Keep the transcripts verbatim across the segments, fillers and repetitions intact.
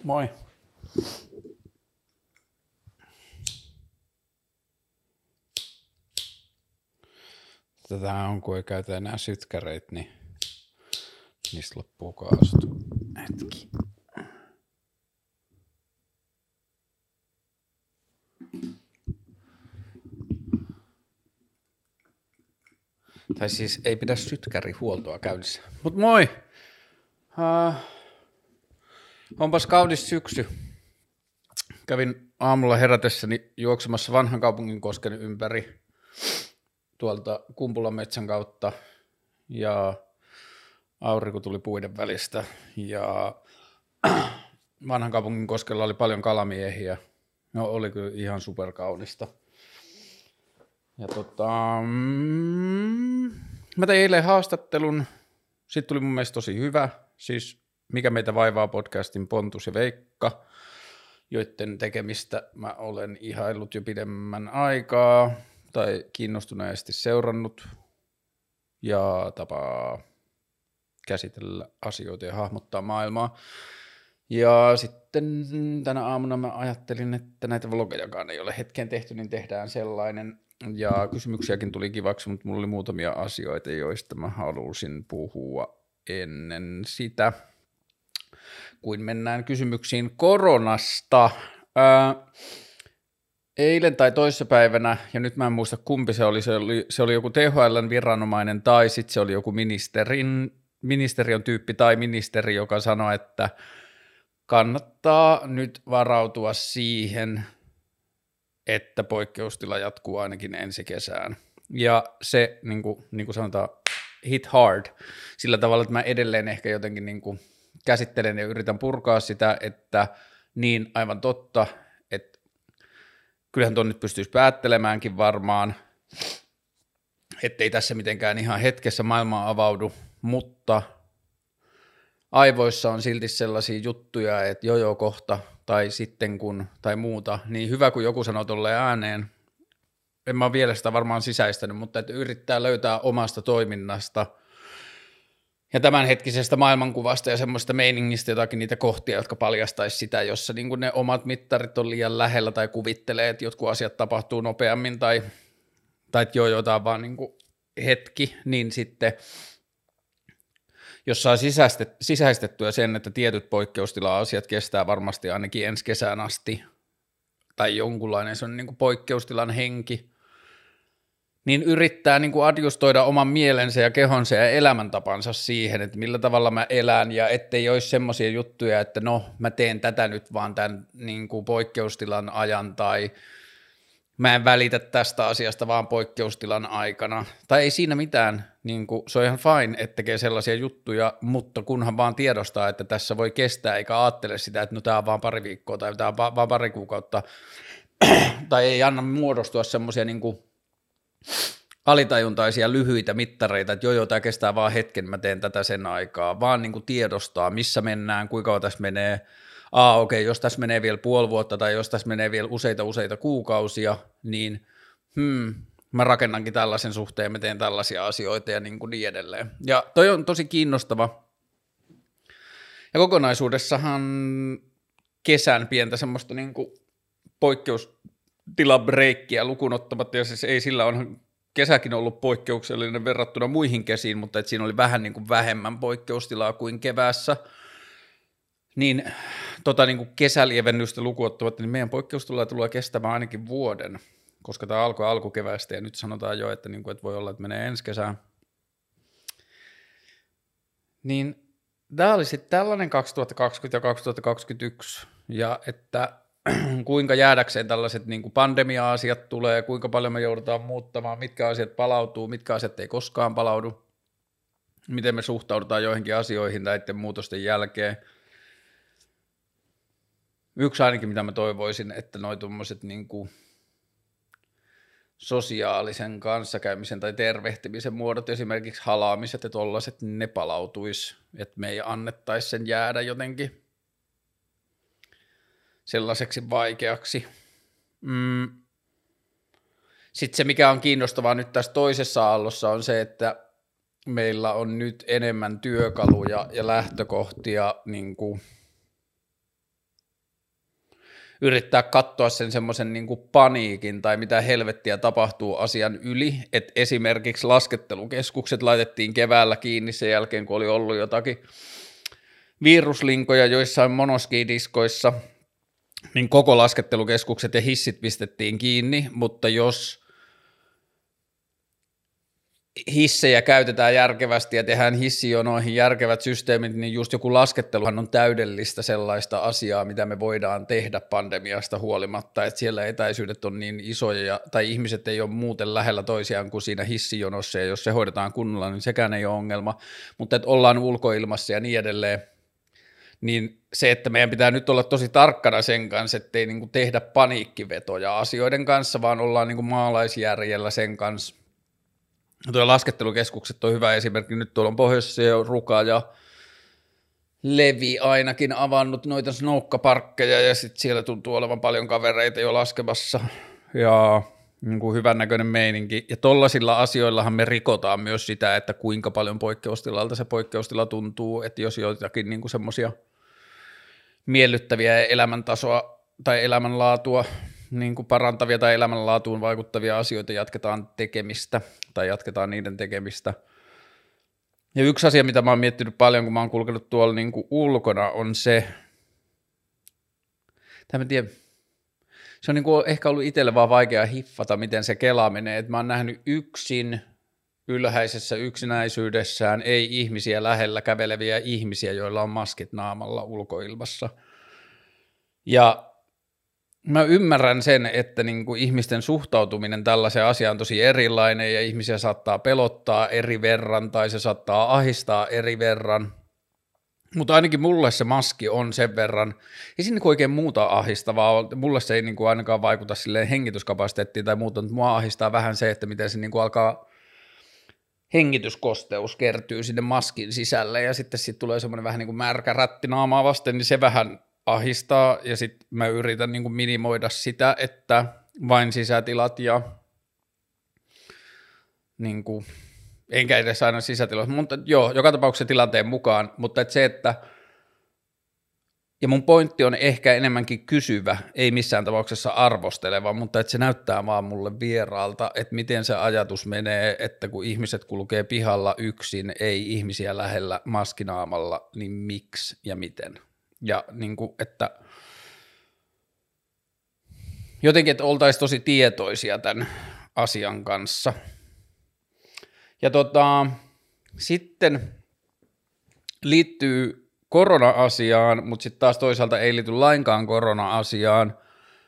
Moi. Tätä on, kun ei käytä enää sytkäreitä, niin niistä loppuu kaastu. Hetki. Tai siis ei pidä sytkärihuoltoa käynnissä. Mut moi! Uh, onpas kaunis syksy. Kävin aamulla herätessäni juoksemassa Vanhan Kaupunginkosken ympäri tuolta Kumpulan metsän kautta ja aurinko tuli puiden välistä ja Vanhan Kaupunginkoskella oli paljon kalamiehiä. No oli kyllä ihan superkaunista. Ja tota, mm, mä tein eilen haastattelun, sitten tuli mun mielestä tosi hyvä, siis Mikä meitä vaivaa podcastin Pontus ja Veikka, joiden tekemistä mä olen ihaillut jo pidemmän aikaa tai kiinnostuneesti seurannut ja tapaa käsitellä asioita ja hahmottaa maailmaa. Ja sitten tänä aamuna mä ajattelin, että näitä vlogejakaan ei ole hetken tehty, niin tehdään sellainen. Ja kysymyksiäkin tuli kivaksi, mutta mulla oli muutamia asioita, joista mä halusin puhua ennen sitä, kuin mennään kysymyksiin koronasta. Ää, eilen tai toissapäivänä, ja nyt mä en muista kumpi se oli, se oli, se oli joku T H L:n viranomainen tai sitten se oli joku ministerin, ministeriön tyyppi tai ministeri, joka sanoi, että kannattaa nyt varautua siihen, että poikkeustila jatkuu ainakin ensi kesään. Ja se, niin kuin, niin kuin sanotaan, hit hard, sillä tavalla, että mä edelleen ehkä jotenkin niin kuin käsittelen ja yritän purkaa sitä, että niin aivan totta, että kyllähän tuon nyt pystyisi päättelemäänkin varmaan, ettei tässä mitenkään ihan hetkessä maailmaa avaudu, mutta aivoissa on silti sellaisia juttuja, että jo jo kohta tai sitten kun tai muuta, niin hyvä kun joku sanoo tolleen ääneen, en mä ole vielä sitä varmaan sisäistänyt, mutta että yrittää löytää omasta toiminnasta ja tämänhetkisestä maailmankuvasta ja semmoista meiningistä jotakin niitä kohtia, jotka paljastaisi sitä, jossa niin kuin ne omat mittarit on liian lähellä tai kuvittelee, että jotkut asiat tapahtuu nopeammin tai, tai että joo, jotain vaan niin kuin hetki, niin sitten jos saa sisäistettyä sen, että tietyt poikkeustila-asiat kestää varmasti ainakin ensi kesään asti, tai jonkunlainen se on niin kuin poikkeustilan henki, niin yrittää niin kuin adjustoida oman mielensä ja kehonsa ja elämäntapansa siihen, että millä tavalla mä elän, ja ettei olisi semmoisia juttuja, että no, mä teen tätä nyt vaan tämän niin kuin poikkeustilan ajan, tai mä en välitä tästä asiasta vaan poikkeustilan aikana, tai ei siinä mitään, niin kuin, se on ihan fine, että tekee sellaisia juttuja, mutta kunhan vaan tiedostaa, että tässä voi kestää, eikä ajattele sitä, että no tää on vaan pari viikkoa, tai tää on vaan pari kuukautta, tai ei anna muodostua semmoisia niin kuin alitajuntaisia lyhyitä mittareita, että joo joo, tää kestää vaan hetken, mä teen tätä sen aikaa, vaan niin kuin tiedostaa, missä mennään, kuinka kauan tässä menee. Aa okei, okay, jos tässä menee vielä puoli vuotta tai jos tässä menee vielä useita useita kuukausia, niin hmm, mä rakennankin tällaisen suhteen, mä teen tällaisia asioita ja niin kuin niin edelleen. Ja toi on tosi kiinnostava. Ja kokonaisuudessahan kesän pientä semmoista niin kuin poikkeustilabreikkiä lukuun ottamatta, ja siis ei sillä on kesäkin ollut poikkeuksellinen verrattuna muihin kesiin, mutta et siinä oli vähän niin kuin vähemmän poikkeustilaa kuin keväässä. Niin tota niin kuin kesälievennystä lukuun ottamatta, niin meidän poikkeustila tulee kestämään ainakin vuoden, koska tämä alkoi alkukeväästä ja nyt sanotaan jo, että, niin kuin, että voi olla, että menee ensi kesään. Niin tämä oli sitten tällainen kaksituhattakaksikymmentä ja kaksituhattakaksikymmentäyksi, ja että kuinka jäädäkseen tällaiset niin kuin pandemia-asiat tulee, kuinka paljon me joudutaan muuttamaan, mitkä asiat palautuu, mitkä asiat ei koskaan palaudu, miten me suhtaudutaan joihinkin asioihin näiden muutosten jälkeen. Yksi ainakin, mitä mä toivoisin, että noi tommoset niinku sosiaalisen kanssakäymisen tai tervehtimisen muodot, esimerkiksi halaamiset ja tollaset, niin ne palautuisi, että me ei annettaisi sen jäädä jotenkin sellaiseksi vaikeaksi. Mm. Sitten se, mikä on kiinnostavaa nyt tässä toisessa aallossa, on se, että meillä on nyt enemmän työkaluja ja lähtökohtia niin kuin yrittää katsoa sen semmoisen niin kuin paniikin tai mitä helvettiä tapahtuu asian yli, että esimerkiksi laskettelukeskukset laitettiin keväällä kiinni sen jälkeen, kun oli ollut jotakin viruslinkoja joissain monoskidiskoissa, niin koko laskettelukeskukset ja hissit pistettiin kiinni, mutta jos hissejä käytetään järkevästi ja tehdään hissijonoihin järkevät systeemit, niin just joku lasketteluhan on täydellistä sellaista asiaa, mitä me voidaan tehdä pandemiasta huolimatta, että siellä etäisyydet on niin isoja ja, tai ihmiset ei ole muuten lähellä toisiaan kuin siinä hissijonossa, ja jos se hoidetaan kunnolla, niin sekään ei ole ongelma, mutta että ollaan ulkoilmassa ja niin edelleen, niin se, että meidän pitää nyt olla tosi tarkkana sen kanssa, ettei niin kuin tehdä paniikkivetoja asioiden kanssa, vaan ollaan niin kuin maalaisjärjellä sen kanssa. Tuo laskettelukeskukset on hyvä esimerkki. Nyt tuolla on pohjoisessa jo Ruka ja Levi ainakin avannut noita snoukkaparkkeja ja sitten siellä tuntuu olevan paljon kavereita jo laskemassa ja niin kuin hyvännäköinen meininki. Ja tollasilla asioillahan me rikotaan myös sitä, että kuinka paljon poikkeustilalta se poikkeustila tuntuu, että jos joitakin niin kuin semmoisia miellyttäviä elämäntasoa tai elämänlaatua niin kuin parantavia tai elämänlaatuun vaikuttavia asioita jatketaan tekemistä tai jatketaan niiden tekemistä. Ja yksi asia, mitä mä oon miettinyt paljon, kun mä oon kulkenut tuolla niin kuin ulkona, on se, tai mä tiedän, se on niin kuin ehkä ollut itselle vaan vaikea hiffata, miten se Kela menee, että mä oon nähnyt yksin ylhäisessä yksinäisyydessään ei ihmisiä lähellä käveleviä ihmisiä, joilla on maskit naamalla ulkoilmassa. Ja mä ymmärrän sen, että niin kuin ihmisten suhtautuminen tällaiseen asiaan on tosi erilainen ja ihmisiä saattaa pelottaa eri verran tai se saattaa ahistaa eri verran, mutta ainakin mulle se maski on sen verran, ei siinä niin oikein muuta ahistavaa, mulle se ei niin kuin ainakaan vaikuta silleen hengityskapasiteettiin tai muuta, mutta mua ahistaa vähän se, että miten se niin kuin alkaa hengityskosteus kertyy sinne maskin sisälle ja sitten siitä tulee semmoinen vähän niin kuin märkä rätti naamaa vasten, niin se vähän ahistaa ja sitten mä yritän niin kuin minimoida sitä, että vain sisätilat ja niin kuin, enkä edes aina sisätilat, mutta joo, joka tapauksessa tilanteen mukaan, mutta et se, että ja mun pointti on ehkä enemmänkin kysyvä, ei missään tapauksessa arvosteleva, mutta että se näyttää vaan mulle vieraalta, että miten se ajatus menee, että kun ihmiset kulkee pihalla yksin, ei ihmisiä lähellä maskinaamalla, niin miksi ja miten? Ja niin kuin, että jotenkin, että oltaisiin tosi tietoisia tämän asian kanssa. Ja tota, sitten liittyy korona-asiaan, mutta sitten taas toisaalta ei liity lainkaan korona-asiaan.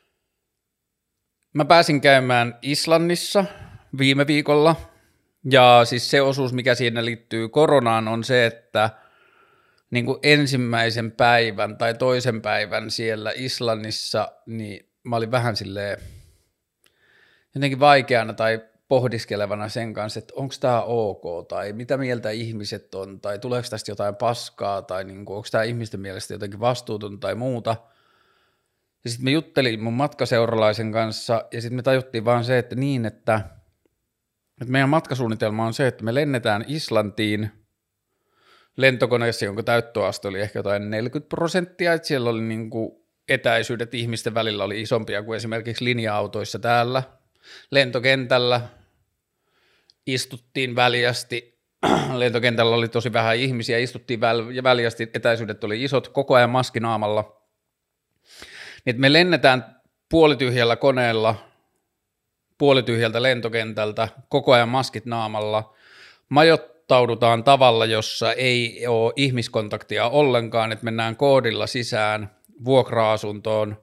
Mä pääsin käymään Islannissa viime viikolla, ja siis se osuus, mikä siinä liittyy koronaan, on se, että niin kuin ensimmäisen päivän tai toisen päivän siellä Islannissa, niin mä olin vähän silleen jotenkin vaikeana tai pohdiskelevana sen kanssa, että onko tämä ok, tai mitä mieltä ihmiset on, tai tuleeko tästä jotain paskaa, tai niin kuin, onko tämä ihmisten mielestä jotenkin vastuuton tai muuta. Ja sitten me juttelin mun matkaseuralaisen kanssa, ja sitten me tajuttiin vaan se, että niin, että, että meidän matkasuunnitelma on se, että me lennetään Islantiin lentokoneessa, jonka täyttöaste oli ehkä jotain neljäkymmentä prosenttia, että siellä oli niin kuin etäisyydet ihmisten välillä oli isompia kuin esimerkiksi linja-autoissa täällä. Lentokentällä istuttiin väljästi, lentokentällä oli tosi vähän ihmisiä, istuttiin väl- ja väljästi, etäisyydet oli isot, koko ajan maskinaamalla. Niin me lennetään puolityhjällä koneella, puolityhjältä lentokentältä, koko ajan maskit naamalla, majoittaudutaan tavalla, jossa ei ole ihmiskontaktia ollenkaan, että mennään koodilla sisään vuokra-asuntoon,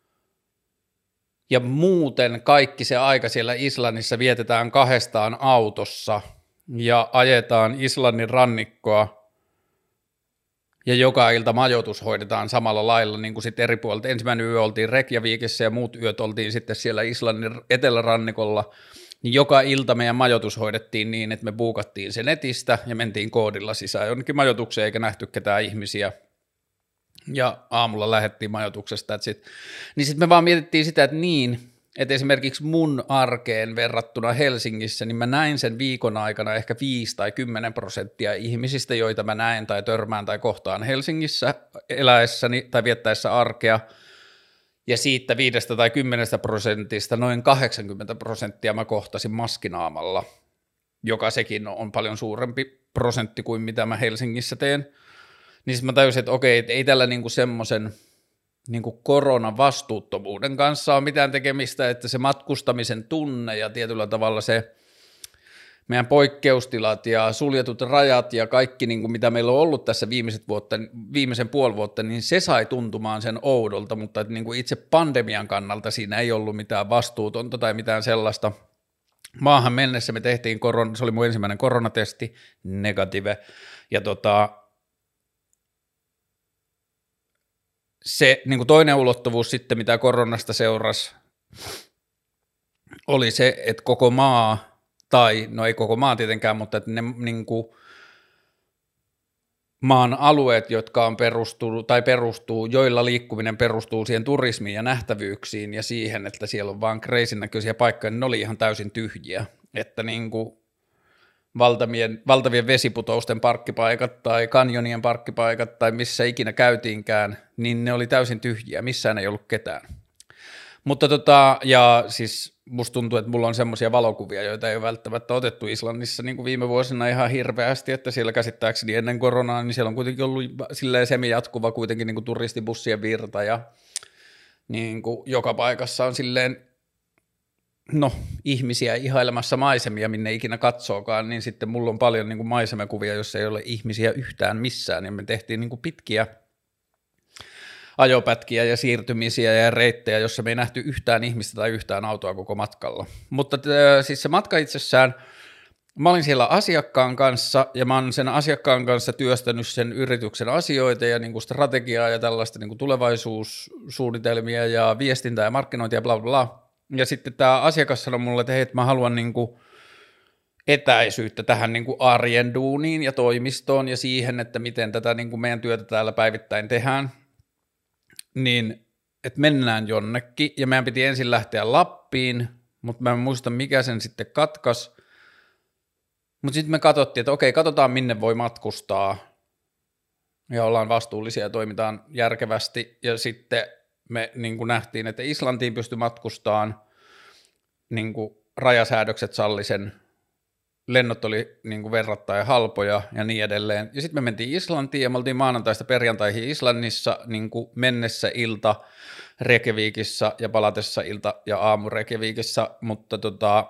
ja muuten kaikki se aika siellä Islannissa vietetään kahdestaan autossa ja ajetaan Islannin rannikkoa ja joka ilta majoitus hoidetaan samalla lailla niin kuin sitten eri puolilta. Ensimmäinen yö oltiin Reykjavikissa ja muut yöt oltiin sitten siellä Islannin etelärannikolla, niin joka ilta meidän majoitus hoidettiin niin, että me buukattiin se netistä ja mentiin koodilla sisään jonnekin majoitukseen eikä nähty ketään ihmisiä. Ja aamulla lähdettiin majoituksesta, että sit, niin sitten me vaan mietittiin sitä, että niin, että esimerkiksi mun arkeen verrattuna Helsingissä, niin mä näin sen viikon aikana ehkä viisi tai kymmenen prosenttia ihmisistä, joita mä näen tai törmään tai kohtaan Helsingissä eläessäni tai viettäessä arkea, Ja siitä viidestä tai kymmenestä prosentista noin kahdeksankymmentä prosenttia mä kohtasin maskinaamalla, joka sekin on paljon suurempi prosentti kuin mitä mä Helsingissä teen. Niin sitten mä tajusin, että okei, että ei tällä niinku semmoisen niinku koronavastuuttomuuden kanssa ole mitään tekemistä, että se matkustamisen tunne ja tietyllä tavalla se meidän poikkeustilat ja suljetut rajat ja kaikki, niin kuin mitä meillä on ollut tässä viimeiset vuotta, viimeisen puoli vuotta, niin se sai tuntumaan sen oudolta, mutta että niin kuin itse pandemian kannalta siinä ei ollut mitään vastuutonta tai mitään sellaista. Maahan mennessä me tehtiin, korona, se oli mun ensimmäinen koronatesti, negative, ja tota, se niin kuin toinen ulottuvuus sitten, mitä koronasta seurasi, oli se, että koko maa, tai no ei koko maa tietenkään, mutta että ne niin kuin maan alueet, jotka on perustuu, tai perustuu, joilla liikkuminen perustuu siihen turismiin ja nähtävyyksiin ja siihen, että siellä on vaan crazyn näköisiä paikkoja, niin ne oli ihan täysin tyhjiä, että niin kuin valtavien, valtavien vesiputousten parkkipaikat tai kanjonien parkkipaikat tai missä ikinä käytiinkään, niin ne oli täysin tyhjiä, missään ei ollut ketään. Mutta tota, ja siis musta tuntuu, että mulla on semmoisia valokuvia, joita ei ole välttämättä otettu Islannissa niin kuin viime vuosina ihan hirveästi, että siellä käsittääkseni ennen koronaa, niin siellä on kuitenkin ollut silleen semi-jatkuva kuitenkin niin kuin turistibussien virta ja niin kuin joka paikassa on silleen, no ihmisiä ihailemassa maisemia, minne ikinä katsookaan, niin sitten mulla on paljon niin kuin maisemakuvia, jossa ei ole ihmisiä yhtään missään, niin me tehtiin niin kuin pitkiä ajopätkiä ja siirtymisiä ja reittejä, jossa me ei nähty yhtään ihmistä tai yhtään autoa koko matkalla. Mutta äh, siis se matka itsessään, mä olin siellä asiakkaan kanssa ja mä oon sen asiakkaan kanssa työstänyt sen yrityksen asioita ja niin kuin strategiaa ja tällaista niin kuin tulevaisuussuunnitelmia ja viestintää ja markkinointia ja bla bla bla. Ja sitten tämä asiakas sanoi mulle, että hei, että mä haluan niin kuin etäisyyttä tähän niin kuin arjen duuniin ja toimistoon ja siihen, että miten tätä niin kuin meidän työtä täällä päivittäin tehdään. Niin, että mennään jonnekin, ja meidän piti ensin lähteä Lappiin, mutta mä en muista mikä sen sitten katkas, mutta sitten me katsottiin, että okei, katsotaan minne voi matkustaa, ja ollaan vastuullisia ja toimitaan järkevästi, ja sitten me niin kuin nähtiin, että Islantiin pystyi matkustamaan, niin kuin rajasäädökset salli sen, lennot oli niin kuin verrattain halpoja ja niin edelleen. Ja sitten me mentiin Islantiin ja me oltiin maanantaista perjantaihin Islannissa niin kuin mennessä ilta Reykjavikissa ja palatessa ilta ja aamu Reykjavikissa, mutta tota,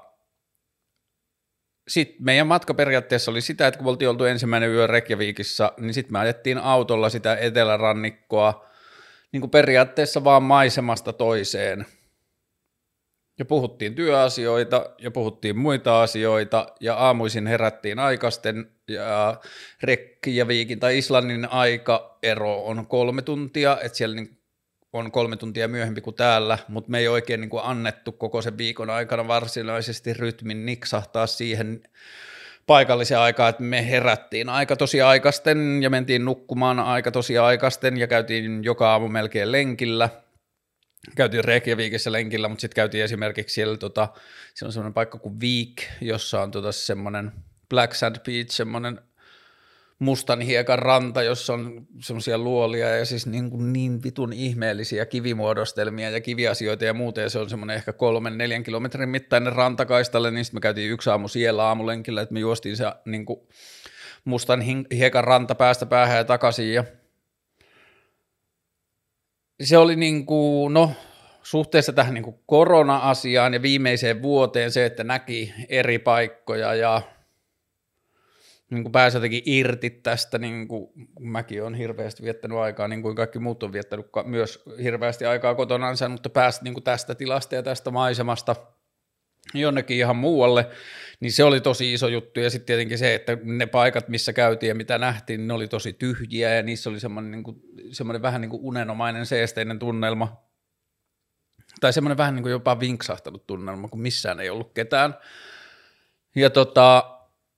sitten meidän matka periaatteessa oli sitä, että kun me oltiin oltu ensimmäinen yö Reykjavikissa, niin sitten me ajettiin autolla sitä etelärannikkoa niin kuin periaatteessa vaan maisemasta toiseen. Ja puhuttiin työasioita ja puhuttiin muita asioita ja aamuisin herättiin aikaisten ja Reykjavikin tai Islannin aikaero on kolme tuntia, että siellä on kolme tuntia myöhempi kuin täällä, mutta me ei oikein niin kuin annettu koko sen viikon aikana varsinaisesti rytmin niksahtaa siihen paikalliseen aikaan, että me herättiin aika tosi aikaisten ja mentiin nukkumaan aika tosi aikaisten ja käytiin joka aamu melkein lenkillä. Käytiin Reykjavikissa lenkillä, mutta sitten käytiin esimerkiksi siellä, tota, siellä on semmoinen paikka kuin Vik, jossa on tota semmoinen Black Sand Beach, semmoinen mustan hiekan ranta, jossa on semmoisia luolia ja siis niin, kuin niin vitun ihmeellisiä kivimuodostelmia ja kiviasioita ja muuta, ja se on semmoinen ehkä kolmen, neljän kilometrin mittainen rantakaistalle, niin sitten me käytiin yksi aamu siellä aamulenkillä, että me juostiin se niin kuin mustan hiekan ranta päästä päähän ja takaisin, ja se oli niin kuin, no suhteessa tähän niin kuin korona-asiaan ja viimeiseen vuoteen se, että näki eri paikkoja ja niin kuin pääsi jotenkin irti tästä, niin kuin mäkin olen hirveästi viettänyt aikaa, niin kuin kaikki muut on viettänyt myös hirveästi aikaa kotonansa, mutta pääsi niin kuin tästä tilasta ja tästä maisemasta jonnekin ihan muualle, niin se oli tosi iso juttu, ja sitten tietenkin se, että ne paikat, missä käytiin ja mitä nähtiin, ne oli tosi tyhjiä, ja niissä oli semmoinen, niin kuin, semmoinen vähän niin kuin unenomainen seesteinen tunnelma, tai semmoinen vähän niin kuin jopa vinksahtanut tunnelma, kun missään ei ollut ketään, ja tota,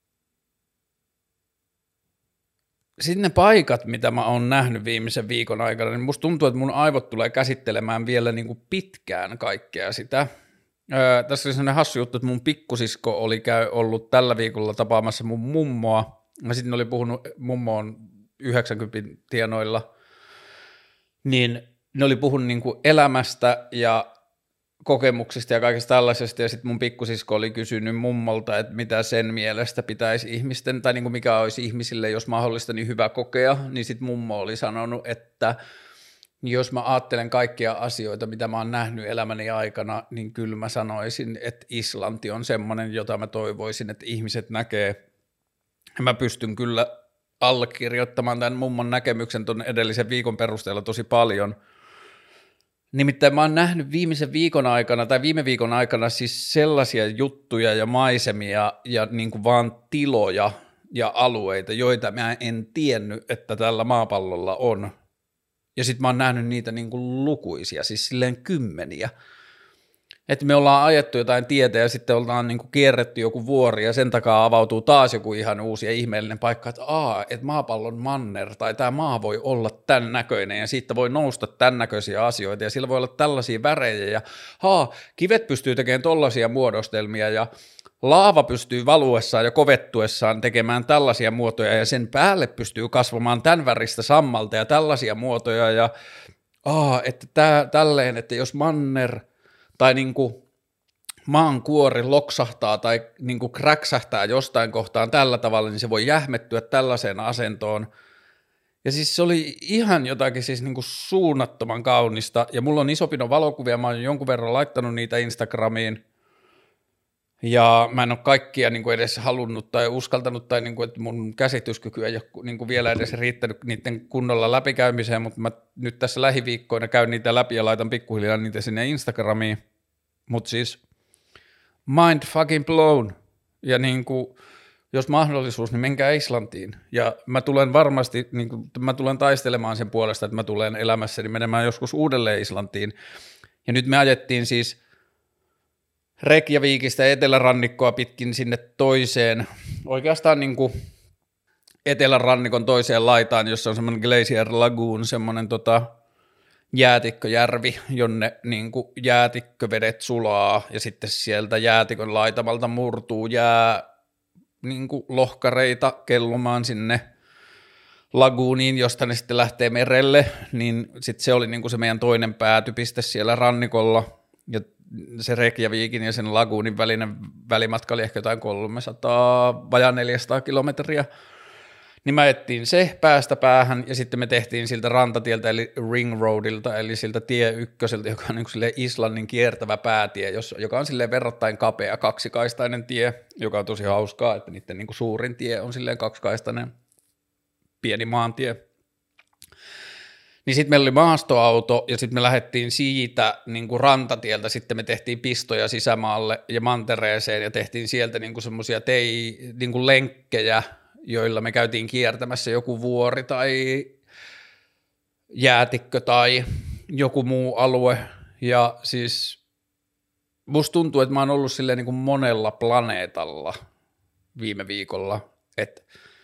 sitten ne paikat, mitä mä oon nähnyt viimeisen viikon aikana, niin musta tuntuu, että mun aivot tulee käsittelemään vielä niin kuin pitkään kaikkea sitä. Öö, tässä oli sellainen hassu juttu, että mun pikkusisko oli käy, ollut tällä viikolla tapaamassa mun mummoa, ja sitten oli puhunut, mummo on yhdeksänkymmentä tienoilla, niin ne oli puhunut niin kuin elämästä ja kokemuksista ja kaikesta tällaisesta, ja sitten mun pikkusisko oli kysynyt mummolta, että mitä sen mielestä pitäisi ihmisten, tai niin kuin mikä olisi ihmisille, jos mahdollista, niin hyvä kokea, niin sitten mummo oli sanonut, että jos mä ajattelen kaikkia asioita, mitä mä oon nähnyt elämäni aikana, niin kyllä mä sanoisin, että Islanti on semmoinen, jota mä toivoisin, että ihmiset näkee. Mä pystyn kyllä allekirjoittamaan tämän mummon näkemyksen tuon edellisen viikon perusteella tosi paljon. Nimittäin mä oon nähnyt viimeisen viikon aikana tai viime viikon aikana siis sellaisia juttuja ja maisemia ja niin kuin vaan tiloja ja alueita, joita mä en tiennyt, että tällä maapallolla on. Ja sit mä oon nähnyt niitä niin kuin lukuisia, siis silleen kymmeniä. Että me ollaan ajettu jotain tietä ja sitten ollaan niin kuin kierretty joku vuori ja sen takaa avautuu taas joku ihan uusi ja ihmeellinen paikka, että aa, että maapallon manner tai tämä maa voi olla tämän näköinen ja siitä voi nousta tämän näköisiä asioita ja sillä voi olla tällaisia värejä ja haa, kivet pystyy tekemään tollaisia muodostelmia ja laava pystyy valuessaan ja kovettuessaan tekemään tällaisia muotoja ja sen päälle pystyy kasvamaan tämän väristä sammalta ja tällaisia muotoja ja aa, että tää, tälleen, että jos manner tai niin kuin maan kuori loksahtaa tai niin kuin kräksähtää jostain kohtaan tällä tavalla, niin se voi jähmettyä tällaiseen asentoon. Ja siis se oli ihan jotakin siis niin kuin suunnattoman kaunista, ja mulla on iso-pino valokuvia, mä oon jonkun verran laittanut niitä Instagramiin, ja mä en ole kaikkia niin kuin edes halunnut tai uskaltanut, tai niin kuin, että mun käsityskyky ei ole niin kuin vielä edes riittänyt niiden kunnolla läpikäymiseen, mutta mä nyt tässä lähiviikkoina käyn niitä läpi ja laitan pikkuhiljaa niitä sinne Instagramiin. Mutta siis mind fucking blown. Ja niin kuin, jos mahdollisuus, niin menkää Islantiin. Ja mä tulen varmasti, niin kuin, mä tulen taistelemaan sen puolesta, että mä tulen elämässäni menemään joskus uudelleen Islantiin. Ja nyt me ajettiin siis Reykjavikista etelärannikkoa pitkin sinne toiseen, oikeastaan niin kuin etelärannikon toiseen laitaan, jossa on semmoinen Glacier Lagoon, semmoinen tota jäätikköjärvi, jonne niin kuin jäätikkövedet sulaa ja sitten sieltä jäätikön laitamalta murtuu jää niin kuin lohkareita kellumaan sinne laguuniin, josta ne sitten lähtee merelle, niin sitten se oli niin kuin se meidän toinen päätypiste siellä rannikolla ja se Reykjavikin ja sen laguunin välinen välimatka oli ehkä jotain kolmesataa, vajaa neljäsataa kilometriä, niin mä ettiin se päästä päähän ja sitten me tehtiin siltä rantatieltä eli Ring Roadilta eli siltä tie ykköseltä, joka on niin kuin Islannin kiertävä päätie, joka on silleen verrattain kapea kaksikaistainen tie, joka on tosi hauskaa, että niiden niin kuin suurin tie on silleen kaksikaistainen pieni maantie. Niin sitten meillä oli maastoauto ja sitten me lähdettiin siitä niin kuin rantatieltä, sitten me tehtiin pistoja sisämaalle ja mantereeseen ja tehtiin sieltä niin kuin semmoisia tei, niin kuin lenkkejä, joilla me käytiin kiertämässä joku vuori tai jäätikkö tai joku muu alue ja siis musta tuntuu, että mä oon ollut silleen niin kuin monella planeetalla viime viikolla, että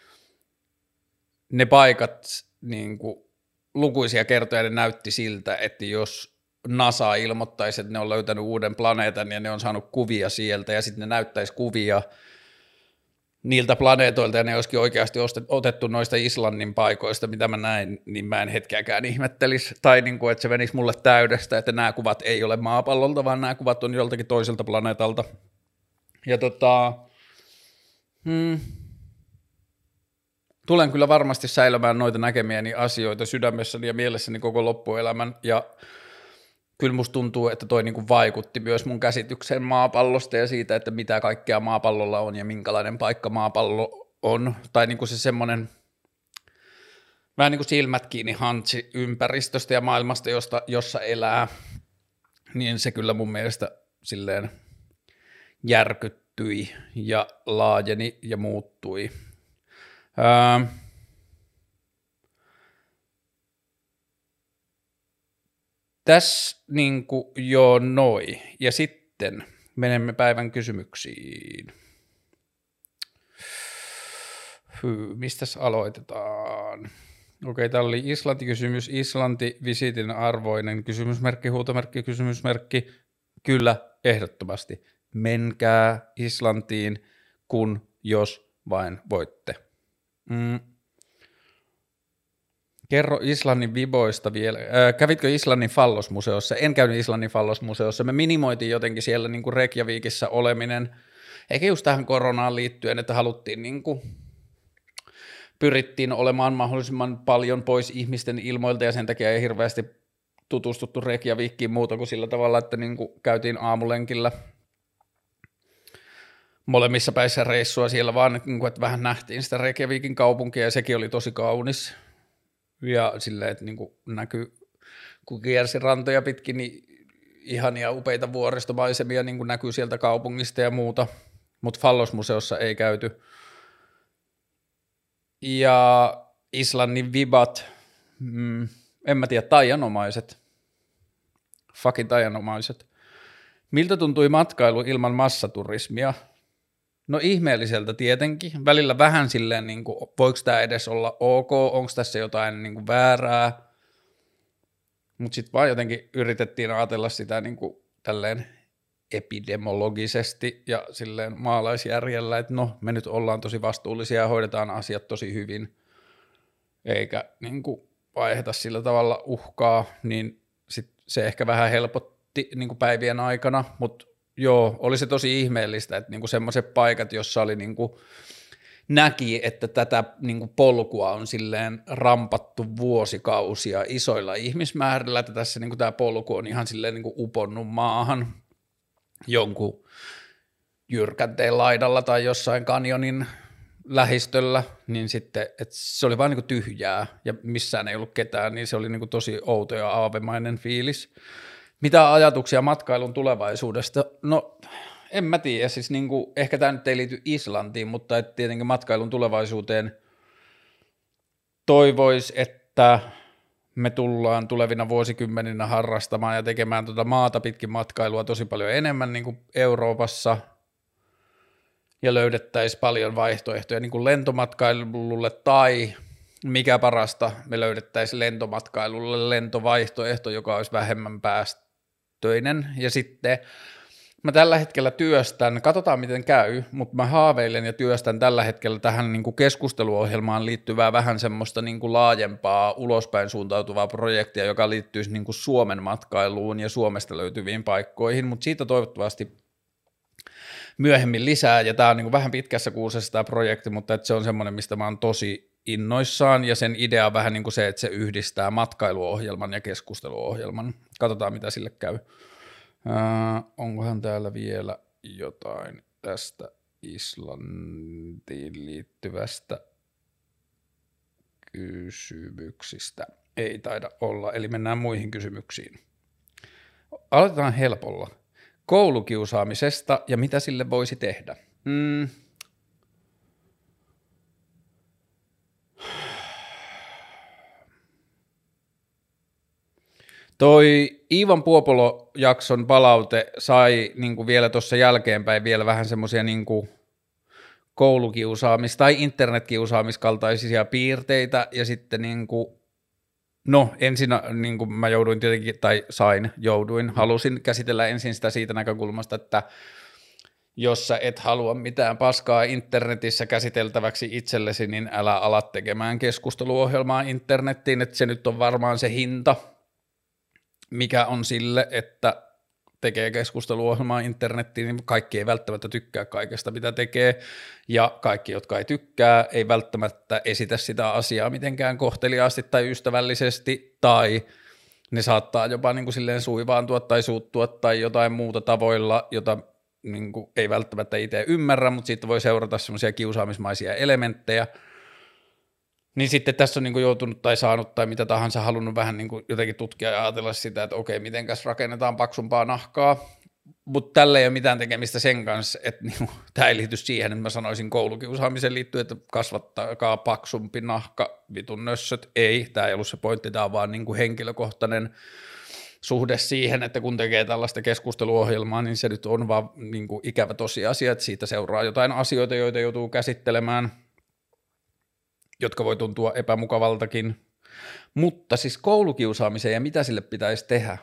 ne paikat niin kuin lukuisia kertoja ne näytti siltä, että jos NASA ilmoittaisi, että ne on löytänyt uuden planeetan ja ne on saanut kuvia sieltä ja sitten ne näyttäisi kuvia niiltä planeetoilta ja ne olisikin oikeasti otettu noista Islannin paikoista, mitä mä näin, niin mä en hetkeäkään ihmettelisi. Tai niin kuin, että se menisi mulle täydestä, että nämä kuvat ei ole maapallolta, vaan nämä kuvat on joltakin toiselta planeetalta. Ja tota... Hmm, tulen kyllä varmasti säilymään noita näkemiäni asioita sydämessäni ja mielessäni koko loppuelämän, ja kyllä musta tuntuu, että toi niinku vaikutti myös mun käsitykseen maapallosta ja siitä, että mitä kaikkea maapallolla on ja minkälainen paikka maapallo on, tai niinku se semmoinen vähän niin kuin silmät kiinni hantsi ympäristöstä ja maailmasta, josta, jossa elää, niin se kyllä mun mielestä silleen järkyttyi ja laajeni ja muuttui. Öö, tässä niin kuin jo noi, ja sitten menemme päivän kysymyksiin. Hyy, mistäs aloitetaan? Okei, täällä oli Islanti-kysymys, Islanti, visiitin arvoinen, kysymysmerkki, huutomerkki, kysymysmerkki. Kyllä, ehdottomasti. Menkää Islantiin, kun jos vain voitte. Mm. Kerro Islannin viboista vielä. Äh, kävitkö Islannin fallosmuseossa? En käynyt Islannin fallosmuseossa. Me minimoitiin jotenkin siellä niin kuin Reykjavikissa oleminen. Eikä just tähän koronaan liittyen, että haluttiin niin kuin, pyrittiin olemaan mahdollisimman paljon pois ihmisten ilmoilta ja sen takia ei hirveästi tutustuttu Reykjavikkiin muuta kuin sillä tavalla, että niin kuin käytiin aamulenkillä molemmissa päissä reissua siellä vaan, niin kuin, että vähän nähtiin sitä Reykjavikin kaupunkia ja sekin oli tosi kaunis. Ja silleen, että niin kuin näkyy, kun kiersi rantoja pitkin, niin ihania upeita vuoristomaisemia niin kuin näkyy sieltä kaupungista ja muuta, mutta Fallosmuseossa ei käyty. Ja Islannin vibat, mm, en mä tiedä, taianomaiset, fucking taianomaiset. Miltä tuntui matkailu ilman massaturismia? No ihmeelliseltä tietenkin, välillä vähän silleen, niin kuin, voiko tämä edes olla ok, onko tässä jotain niin kuin väärää, mutta sitten vaan jotenkin yritettiin ajatella sitä niin kuin tälleen epidemiologisesti ja silleen maalaisjärjellä, että no me nyt ollaan tosi vastuullisia ja hoidetaan asiat tosi hyvin, eikä niin kuin vaiheta sillä tavalla uhkaa, niin sit se ehkä vähän helpotti niin kuin päivien aikana, mutta joo, oli se tosi ihmeellistä, että niinku semmoiset paikat, jossa oli niinku, näki, että tätä niinku polkua on silleen rampattu vuosikausia isoilla ihmismäärillä, että tässä niinku tämä polku on ihan silleen niinku uponnut maahan jonkun jyrkänteen laidalla tai jossain kanjonin lähistöllä, niin sitten, että se oli vaan niinku tyhjää ja missään ei ollut ketään, niin se oli niinku tosi outo ja aavemainen fiilis. Mitä ajatuksia matkailun tulevaisuudesta? No en mä tiedä, siis niinku, ehkä tämä nyt ei liity Islantiin, mutta et tietenkin matkailun tulevaisuuteen toivoisi, että me tullaan tulevina vuosikymmeninä harrastamaan ja tekemään tuota maata pitkin matkailua tosi paljon enemmän niin kuin Euroopassa ja löydettäisiin paljon vaihtoehtoja niin kuin lentomatkailulle tai mikä parasta, me löydettäisiin lentomatkailulle lentovaihtoehto, joka olisi vähemmän päästöinen ja sitten mä tällä hetkellä työstän, katsotaan miten käy, mutta mä haaveilen ja työstän tällä hetkellä tähän niin kuin keskusteluohjelmaan liittyvää vähän semmoista niin kuin laajempaa ulospäin suuntautuvaa projektia, joka liittyisi niin kuin Suomen matkailuun ja Suomesta löytyviin paikkoihin, mutta siitä toivottavasti myöhemmin lisää, ja tämä on niin kuin vähän pitkässä kuusessa tämä projekti, mutta että se on semmoinen, mistä mä oon tosi innoissaan, ja sen idea on vähän niin kuin se, että se yhdistää matkailuohjelman ja keskusteluohjelman. Katsotaan, mitä sille käy. Äh, onkohan täällä vielä jotain tästä Islantiin liittyvästä kysymyksistä? Ei taida olla, eli mennään muihin kysymyksiin. Aloitetaan helpolla. Koulukiusaamisesta ja mitä sille voisi tehdä? Hmm. Toi Iivan Puopolo-jakson palaute sai niin kuin vielä tuossa jälkeenpäin vielä vähän semmoisia niin kuin koulukiusaamis- tai internetkiusaamiskaltaisia piirteitä, ja sitten niin kuin, no ensin niin kuin mä jouduin tietenkin, tai sain, jouduin, halusin käsitellä ensin sitä siitä näkökulmasta, että jos sä et halua mitään paskaa internetissä käsiteltäväksi itsellesi, niin älä ala tekemään keskusteluohjelmaa internettiin, että se nyt on varmaan se hinta, mikä on sille, että tekee keskusteluohjelmaa internettiin, niin kaikki ei välttämättä tykkää kaikesta, mitä tekee, ja kaikki, jotka ei tykkää, ei välttämättä esitä sitä asiaa mitenkään kohteliaasti tai ystävällisesti, tai ne saattaa jopa niin kuin silleen suivaantua tai suuttua tai jotain muuta tavoilla, jota niin kuin ei välttämättä itse ymmärrä, mutta siitä voi seurata semmoisia kiusaamismaisia elementtejä. Niin sitten tässä on niin kuin joutunut tai saanut tai mitä tahansa halunnut vähän niin kuin jotenkin tutkia ja ajatella sitä, että okei, mitenkäs rakennetaan paksumpaa nahkaa, mutta tällä ei ole mitään tekemistä sen kanssa, että niin kuin, tämä ei liity siihen, että mä sanoisin koulukiusaamiseen liittyen, että kasvattakaa paksumpi nahka, vitun nössöt, ei, tämä ei ollut se pointti, tämä on vaan niin kuin henkilökohtainen suhde siihen, että kun tekee tällaista keskusteluohjelmaa, niin se nyt on vaan niin kuin ikävä tosiasia, että siitä seuraa jotain asioita, joita joutuu käsittelemään, jotka voi tuntua epämukavaltakin, mutta siis koulukiusaamiseen ja mitä sille pitäisi tehdä?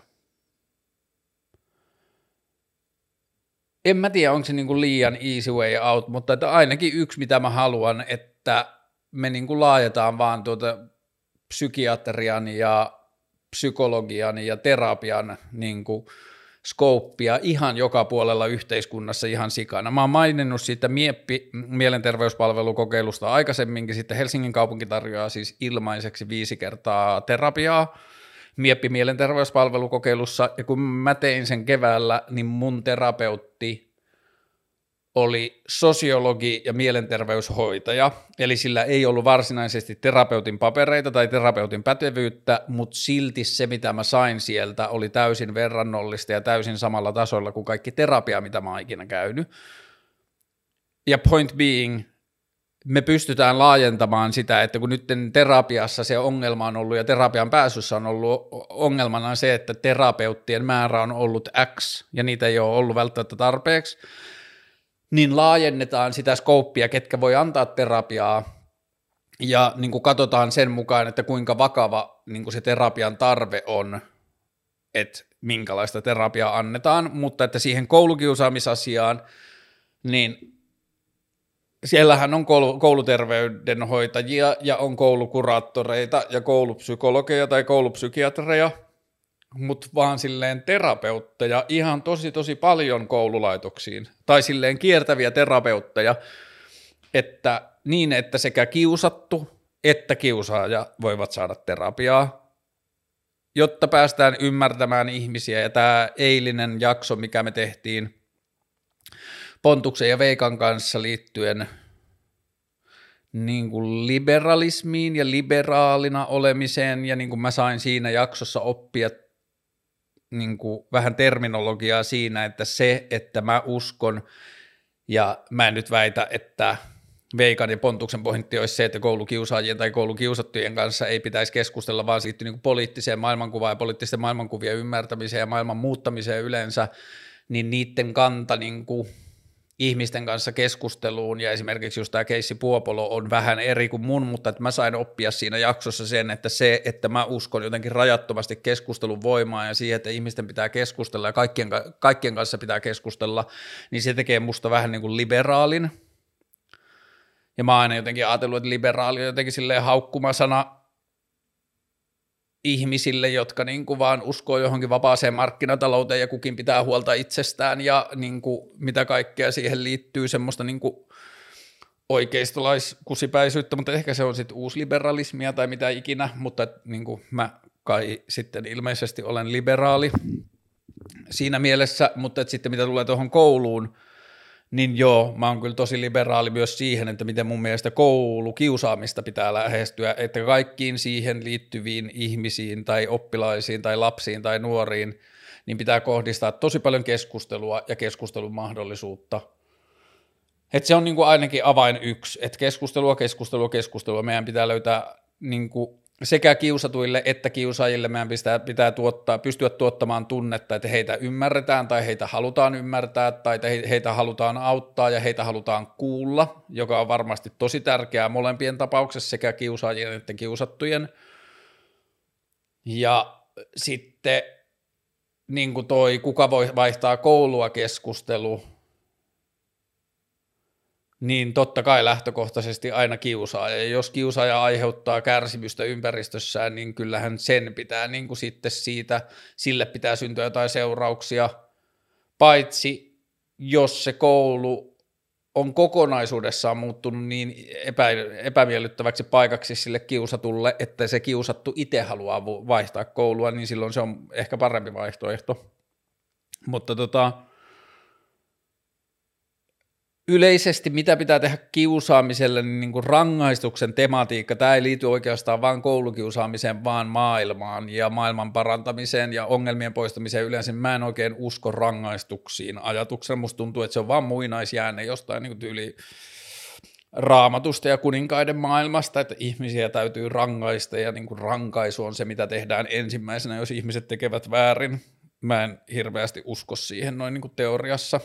En mä tiedä, onko se niin kuin liian easy way out, mutta että ainakin yksi, mitä mä haluan, että me niin kuin laajetaan vaan tuota psykiatrian ja psykologian ja terapian niin kuin skouppia ihan joka puolella yhteiskunnassa ihan sikana. Mä oon maininnut siitä Mieppi mielenterveyspalvelukokeilusta aikaisemminkin, sitten Helsingin kaupunki tarjoaa siis ilmaiseksi viisi kertaa terapiaa Mieppi mielenterveyspalvelukokeilussa, ja kun mä tein sen keväällä, niin mun terapeutti oli sosiologi ja mielenterveyshoitaja, eli sillä ei ollut varsinaisesti terapeutin papereita tai terapeutin pätevyyttä, mutta silti se, mitä mä sain sieltä, oli täysin verrannollista ja täysin samalla tasolla kuin kaikki terapia, mitä mä oon ikinä käynyt. Ja point being, me pystytään laajentamaan sitä, että kun nyt terapiassa se ongelma on ollut ja terapian pääsyssä on ollut ongelmana se, että terapeuttien määrä on ollut X ja niitä ei ole ollut välttämättä tarpeeksi, niin laajennetaan sitä skouppia, ketkä voi antaa terapiaa, ja niin kuin katsotaan sen mukaan, että kuinka vakava niin kuin se terapian tarve on, että minkälaista terapiaa annetaan, mutta että siihen koulukiusaamisasiaan, niin siellähän on kouluterveydenhoitajia ja on koulukuraattoreita ja koulupsykologeja tai koulupsykiatreja, mutta vaan silleen terapeutteja ihan tosi tosi paljon koululaitoksiin, tai silleen kiertäviä terapeutteja, että niin, että sekä kiusattu että kiusaaja voivat saada terapiaa, jotta päästään ymmärtämään ihmisiä, ja tämä eilinen jakso, mikä me tehtiin Pontuksen ja Veikan kanssa liittyen niin kuin liberalismiin ja liberaalina olemiseen, ja niin kuin mä sain siinä jaksossa oppia niin kuin vähän terminologiaa siinä, että se, että mä uskon, ja mä en nyt väitä, että Veikan ja Pontuksen pointti olisi se, että koulukiusaajien tai koulukiusattujen kanssa ei pitäisi keskustella, vaan liittyy niin kuin poliittiseen maailmankuvaan ja poliittisten maailmankuvien ymmärtämiseen ja maailman muuttamiseen yleensä, niin niiden kanta niin kuin ihmisten kanssa keskusteluun, ja esimerkiksi just tämä keissi Puopolo on vähän eri kuin mun, mutta että mä sain oppia siinä jaksossa sen, että se, että mä uskon jotenkin rajattomasti keskustelun voimaan ja siihen, että ihmisten pitää keskustella ja kaikkien, kaikkien kanssa pitää keskustella, niin se tekee musta vähän niin kuin liberaalin. Ja mä oon aina jotenkin ajatellut, että liberaali on jotenkin silleen haukkumasana ihmisille, jotka niin kuin vaan uskoo johonkin vapaaseen markkinatalouteen ja kukin pitää huolta itsestään ja niin kuin mitä kaikkea siihen liittyy, semmoista niin kuin oikeistolaiskusipäisyyttä, mutta ehkä se on sitten uusliberalismia tai mitä ikinä, mutta niin kuin mä kai sitten ilmeisesti olen liberaali siinä mielessä, mutta että sitten mitä tulee tuohon kouluun, niin joo, mä oon kyllä tosi liberaali myös siihen, että miten mun mielestä koulukiusaamista pitää lähestyä, että kaikkiin siihen liittyviin ihmisiin tai oppilaisiin tai lapsiin tai nuoriin, niin pitää kohdistaa tosi paljon keskustelua ja keskustelun mahdollisuutta. Että se on niin kuin ainakin avain yksi, että keskustelua, keskustelua, keskustelua. Meidän pitää löytää niin kuin sekä kiusatuille että kiusaajille meidän pitää, pitää tuottaa, pystyä tuottamaan tunnetta, että heitä ymmärretään tai heitä halutaan ymmärtää tai heitä halutaan auttaa ja heitä halutaan kuulla, joka on varmasti tosi tärkeää molempien tapauksessa sekä kiusaajien että kiusattujen. Ja sitten niin kuin toi, kuka voi vaihtaa koulua keskustelu, niin totta kai lähtökohtaisesti aina kiusaaja. Ja jos kiusaaja aiheuttaa kärsimystä ympäristössään, niin kyllähän sen pitää niin kuin sitten siitä, sille pitää syntyä jotain seurauksia, paitsi jos se koulu on kokonaisuudessaan muuttunut niin epä, epämiellyttäväksi paikaksi sille kiusatulle, että se kiusattu itse haluaa vaihtaa koulua, niin silloin se on ehkä parempi vaihtoehto. Mutta tota... Yleisesti mitä pitää tehdä kiusaamiselle, niin, niin kuin rangaistuksen tematiikka, tämä ei liity oikeastaan vain koulukiusaamiseen, vaan maailmaan ja maailman parantamiseen ja ongelmien poistamiseen yleensä. Mä en oikein usko rangaistuksiin ajatuksena, musta tuntuu, että se on vaan muinaisjäänne jostain niin kuin tyyli Raamatusta ja kuninkaiden maailmasta, että ihmisiä täytyy rangaista ja niin kuin rankaisu on se, mitä tehdään ensimmäisenä, jos ihmiset tekevät väärin. Mä en hirveästi usko siihen noin niin kuin teoriassa.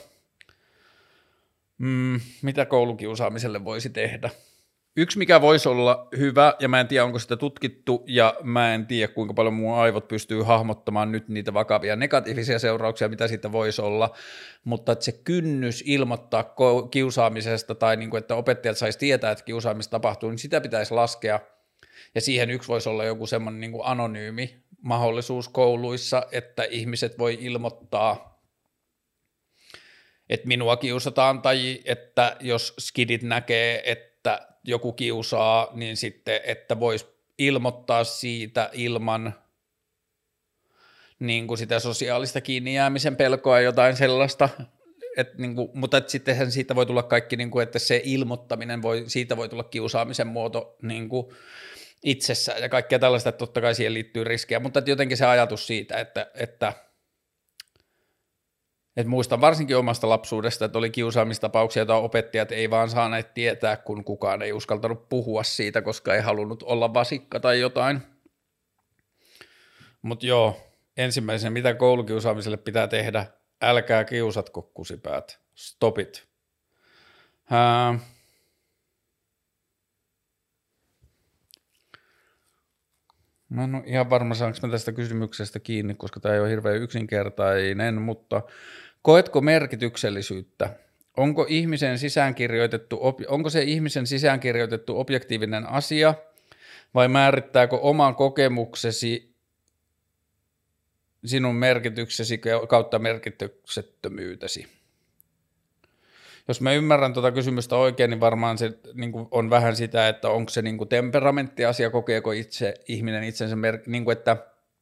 Mm, mitä koulukiusaamiselle voisi tehdä? Yksi, mikä voisi olla hyvä, ja mä en tiedä, onko sitä tutkittu, ja mä en tiedä, kuinka paljon mun aivot pystyy hahmottamaan nyt niitä vakavia negatiivisia seurauksia, mitä siitä voisi olla, mutta että se kynnys ilmoittaa kiusaamisesta, tai niin kuin, että opettajat saisi tietää, että kiusaamista tapahtuu, niin sitä pitäisi laskea Ja siihen yksi voisi olla joku semmoinen niin kuin anonyymi mahdollisuus kouluissa, että ihmiset voi ilmoittaa, että minua kiusataan, tai että jos skidit näkee, että joku kiusaa, niin sitten, että voisi ilmoittaa siitä ilman niin kuin sitä sosiaalista kiinni jäämisen pelkoa, jotain sellaista, et niin kuin, mutta et sittenhän siitä voi tulla kaikki, niin kuin, että se ilmoittaminen, voi, siitä voi tulla kiusaamisen muoto niin kuin itsessään ja kaikkea tällaista, että totta kai siihen liittyy riskejä, mutta jotenkin se ajatus siitä, että, että, että muistan varsinkin omasta lapsuudesta, että oli kiusaamistapauksia, joita opettajat ei vaan saaneet tietää, kun kukaan ei uskaltanut puhua siitä, koska ei halunnut olla vasikka tai jotain. Mutta joo, ensimmäisenä, mitä koulukiusaamiselle pitää tehdä, älkää kiusatko kusipäät, stop it. Ää... Mä en ole ihan varma, saanko mä tästä kysymyksestä kiinni, koska tämä ei ole hirveän yksinkertainen, mutta koetko merkityksellisyyttä? Onko, ihmisen sisäänkirjoitettu, onko se ihmisen sisäänkirjoitettu objektiivinen asia vai määrittääkö oman kokemuksesi sinun merkityksesi kautta merkityksettömyytesi? Jos mä ymmärrän tuota kysymystä oikein, niin varmaan se niin kuin on vähän sitä, että onko se niin kuin temperamenttiasia, kokeeko itse ihminen itsensä, mer- niin kuin että,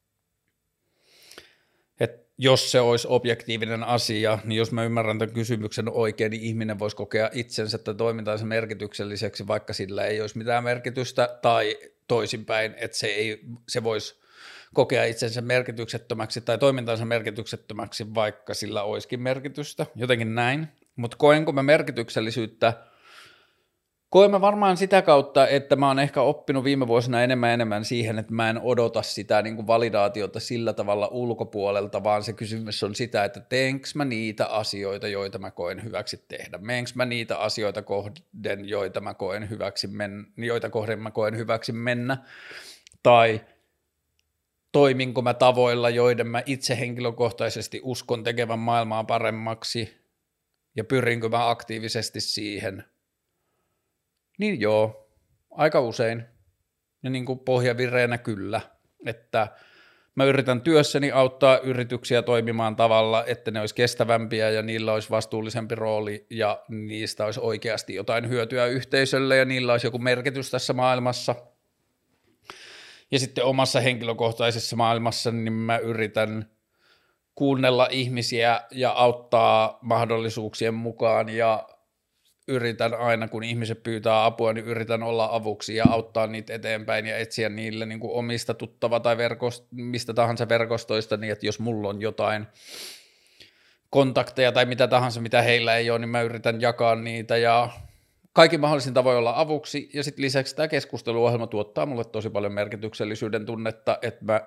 että jos se olisi objektiivinen asia, niin jos mä ymmärrän tämän kysymyksen oikein, niin ihminen voisi kokea itsensä tai toimintansa merkitykselliseksi, vaikka sillä ei olisi mitään merkitystä, tai toisinpäin, että se, ei, se voisi kokea itsensä merkityksettömäksi tai toimintansa merkityksettömäksi, vaikka sillä olisikin merkitystä, jotenkin näin. Mutta koenko mä merkityksellisyyttä? Koen mä varmaan sitä kautta, että mä oon ehkä oppinut viime vuosina enemmän ja enemmän siihen, että mä en odota sitä niin kuin validaatiota sillä tavalla ulkopuolelta, vaan se kysymys on sitä, että teenkö mä niitä asioita, joita mä koen hyväksi tehdä. Meenkö mä niitä asioita kohden, joita mä koen hyväksi mennä, joita kohden mä koen hyväksi mennä, tai toiminko mä tavoilla, joiden mä itse henkilökohtaisesti uskon tekevän maailmaa paremmaksi, ja pyrinkö mä aktiivisesti siihen, niin joo, aika usein, ja niin kuin pohjavireenä kyllä, että mä yritän työssäni auttaa yrityksiä toimimaan tavalla, että ne olisi kestävämpiä ja niillä olisi vastuullisempi rooli ja niistä olisi oikeasti jotain hyötyä yhteisölle ja niillä olisi joku merkitys tässä maailmassa. Ja sitten omassa henkilökohtaisessa maailmassa niin mä yritän kuunnella ihmisiä ja auttaa mahdollisuuksien mukaan ja yritän aina, kun ihmiset pyytää apua, niin yritän olla avuksi ja auttaa niitä eteenpäin ja etsiä niille niin kuin omista tuttava tai verkost, mistä tahansa verkostoista, niin että jos mulla on jotain kontakteja tai mitä tahansa, mitä heillä ei ole, niin mä yritän jakaa niitä ja kaikin mahdollisin tavoin olla avuksi. Ja sitten lisäksi tämä keskusteluohjelma tuottaa mulle tosi paljon merkityksellisyyden tunnetta, että mä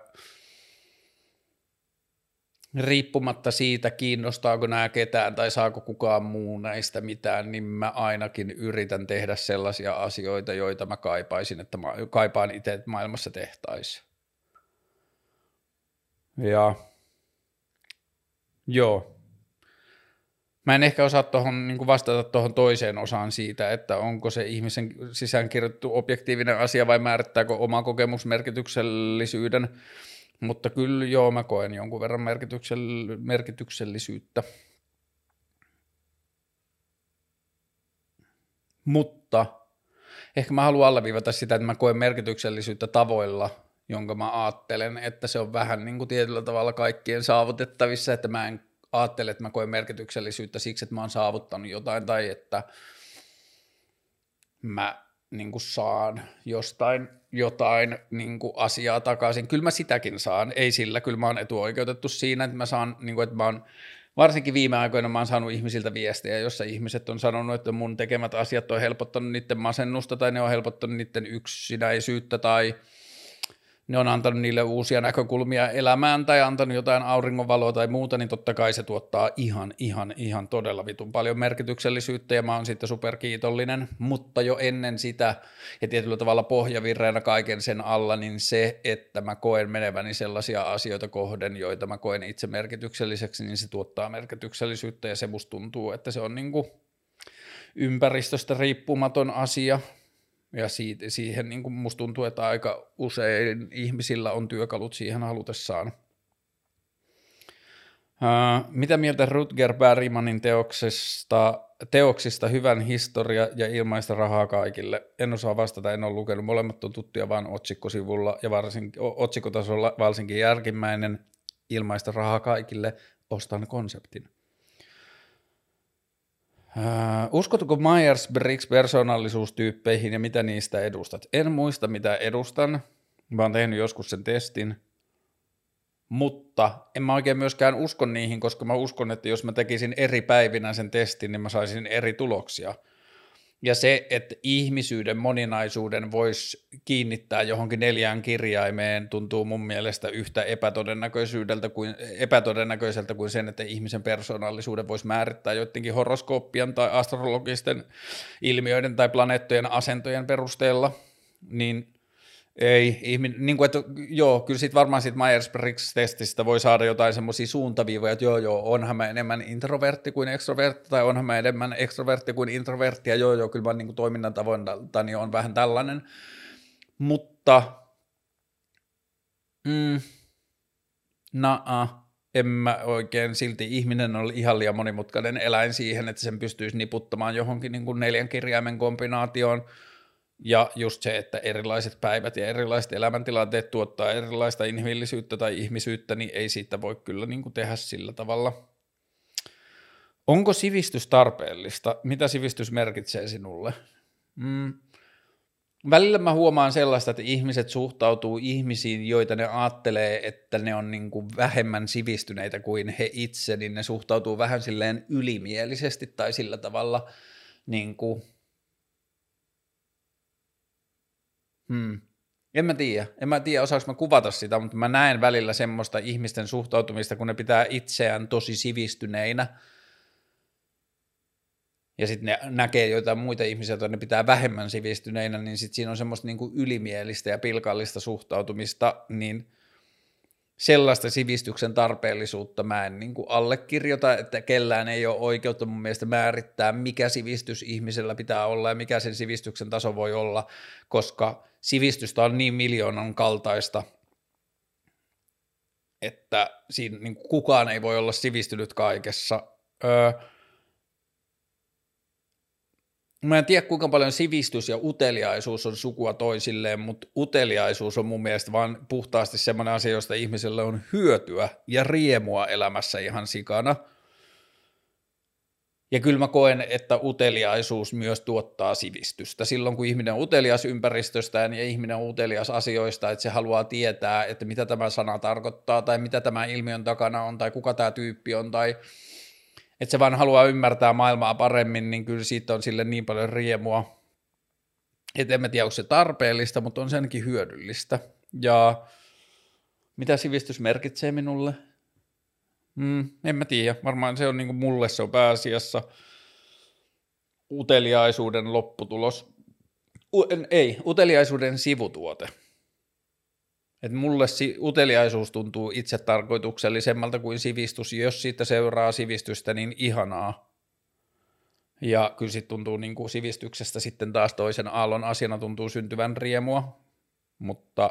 riippumatta siitä, kiinnostaako nämä ketään tai saako kukaan muu näistä mitään, niin mä ainakin yritän tehdä sellaisia asioita, joita mä kaipaisin, että mä kaipaan itse, että maailmassa tehtäisiin. Ja joo. Mä en ehkä osaa tohon, niin kuin vastata tuohon toiseen osaan siitä, että onko se ihmisen sisäänkirjoittu objektiivinen asia vai määrittääkö oma kokemus merkityksellisyyden. Mutta kyllä joo, mä koen jonkun verran merkityksell- merkityksellisyyttä. Mutta ehkä mä haluan alleviivata sitä, että mä koen merkityksellisyyttä tavoilla, jonka mä ajattelen, että se on vähän niin kuin tietyllä tavalla kaikkien saavutettavissa, että mä en ajattele, että mä koen merkityksellisyyttä siksi, että mä oon saavuttanut jotain tai että mä niin kuin saan jostain jotain niin kuin asiaa takaisin. Kyllä mä sitäkin saan, ei sillä, kyllä mä oon etuoikeutettu siinä, että mä saan, niin kuin, että mä oon, varsinkin viime aikoina mä oon saanut ihmisiltä viestejä, jossa ihmiset on sanonut, että mun tekemät asiat on helpottanut niiden masennusta tai ne on helpottanut niiden yksinäisyyttä tai ne on antanut niille uusia näkökulmia elämään tai antanut jotain auringonvaloa tai muuta, niin totta kai se tuottaa ihan, ihan, ihan todella vitun paljon merkityksellisyyttä ja mä oon siitä superkiitollinen, mutta jo ennen sitä ja tietyllä tavalla pohjavirreänä kaiken sen alla, niin se, että mä koen meneväni sellaisia asioita kohden, joita mä koen itse merkitykselliseksi, niin se tuottaa merkityksellisyyttä ja se musta tuntuu, että se on niin kuin ympäristöstä riippumaton asia. Ja siitä, siihen niin kuin musta tuntuu, että aika usein ihmisillä on työkalut siihen halutessaan. Uh, mitä mieltä Rutger Bergmanin teoksista, teoksista Hyvän historia ja Ilmaista rahaa kaikille? En osaa vastata, en ole lukenut. Molemmat on tuttuja vaan otsikkosivulla ja varsinkin, otsikkotasolla varsinkin jälkimmäinen Ilmaista rahaa kaikille. Ostan konseptin. Uh, uskotko Myers-Briggs persoonallisuustyyppeihin ja mitä niistä edustat? En muista mitä edustan. Mä oon tehnyt joskus sen testin. Mutta en mä oikein myöskään usko niihin, koska mä uskon, että jos mä tekisin eri päivinä sen testin, niin mä saisin eri tuloksia. Ja se, että ihmisyyden moninaisuuden voisi kiinnittää johonkin neljään kirjaimeen, tuntuu mun mielestä yhtä epätodennäköisyydeltä kuin, epätodennäköiseltä kuin sen, että ihmisen persoonallisuuden voisi määrittää joidenkin horoskooppien tai astrologisten ilmiöiden tai planeettojen asentojen perusteella, niin ei, ihminen, niin kuin, että joo, kyllä siitä varmaan siitä Myers-Briggs-testistä voi saada jotain semmoisia suuntaviivoja, että joo, joo, onhan mä enemmän introvertti kuin extrovertti, tai onhan mä enemmän extrovertti kuin introvertti, ja joo, joo, kyllä mä niin kuin toiminnan tavointani on vähän tällainen, mutta mm, naa, en mä oikein, silti ihminen on ihan liian monimutkainen eläin siihen, että sen pystyisi niputtamaan johonkin niin kuin neljän kirjaimen kombinaatioon. Ja just se, että erilaiset päivät ja erilaiset elämäntilanteet tuottaa erilaista inhimillisyyttä tai ihmisyyttä, niin ei siitä voi kyllä niin kuin tehdä sillä tavalla. Onko sivistys tarpeellista? Mitä sivistys merkitsee sinulle? Mm. Välillä mä huomaan sellaista, että ihmiset suhtautuu ihmisiin, joita ne ajattelee, että ne on niin kuin vähemmän sivistyneitä kuin he itse, niin ne suhtautuu vähän silleen ylimielisesti tai sillä tavalla niin kuin Hmm. En mä tiedä, en mä tiedä osaanko mä kuvata sitä, mutta mä näen välillä semmoista ihmisten suhtautumista, kun ne pitää itseään tosi sivistyneinä ja sitten ne näkee joitain muita ihmisiä, joita ne pitää vähemmän sivistyneinä, niin sitten siinä on semmoista niinku ylimielistä ja pilkallista suhtautumista, niin sellaista sivistyksen tarpeellisuutta mä en niinku allekirjoita, että kellään ei ole oikeutta mun mielestä määrittää, mikä sivistys ihmisellä pitää olla ja mikä sen sivistyksen taso voi olla, koska sivistystä on niin miljoonan kaltaista, että siinä niin kukaan ei voi olla sivistynyt kaikessa. Öö, mä en tiedä, kuinka paljon sivistys ja uteliaisuus on sukua toisilleen, mutta uteliaisuus on mun mielestä vaan puhtaasti semmoinen asia, josta ihmiselle on hyötyä ja riemua elämässä ihan sikana. Ja kyllä mä koen, että uteliaisuus myös tuottaa sivistystä. Silloin kun ihminen on utelias ympäristöstään ja ihminen on utelias asioista, että se haluaa tietää, että mitä tämä sana tarkoittaa tai mitä tämä ilmiön takana on tai kuka tämä tyyppi on tai että se vaan haluaa ymmärtää maailmaa paremmin, niin kyllä siitä on sille niin paljon riemua. Että en mä tiedä, onko se tarpeellista, mutta on se ainakin hyödyllistä. Ja mitä sivistys merkitsee minulle? Mm, en mä tiedä, varmaan se on niin kuin mulle se on pääasiassa uteliaisuuden lopputulos, U, ei, uteliaisuuden sivutuote. Et mulle si, uteliaisuus tuntuu itse tarkoituksellisemmalta kuin sivistys, jos siitä seuraa sivistystä, niin ihanaa. Ja kyllä sitten tuntuu niin kuin sivistyksestä sitten taas toisen aallon asiana tuntuu syntyvän riemua, mutta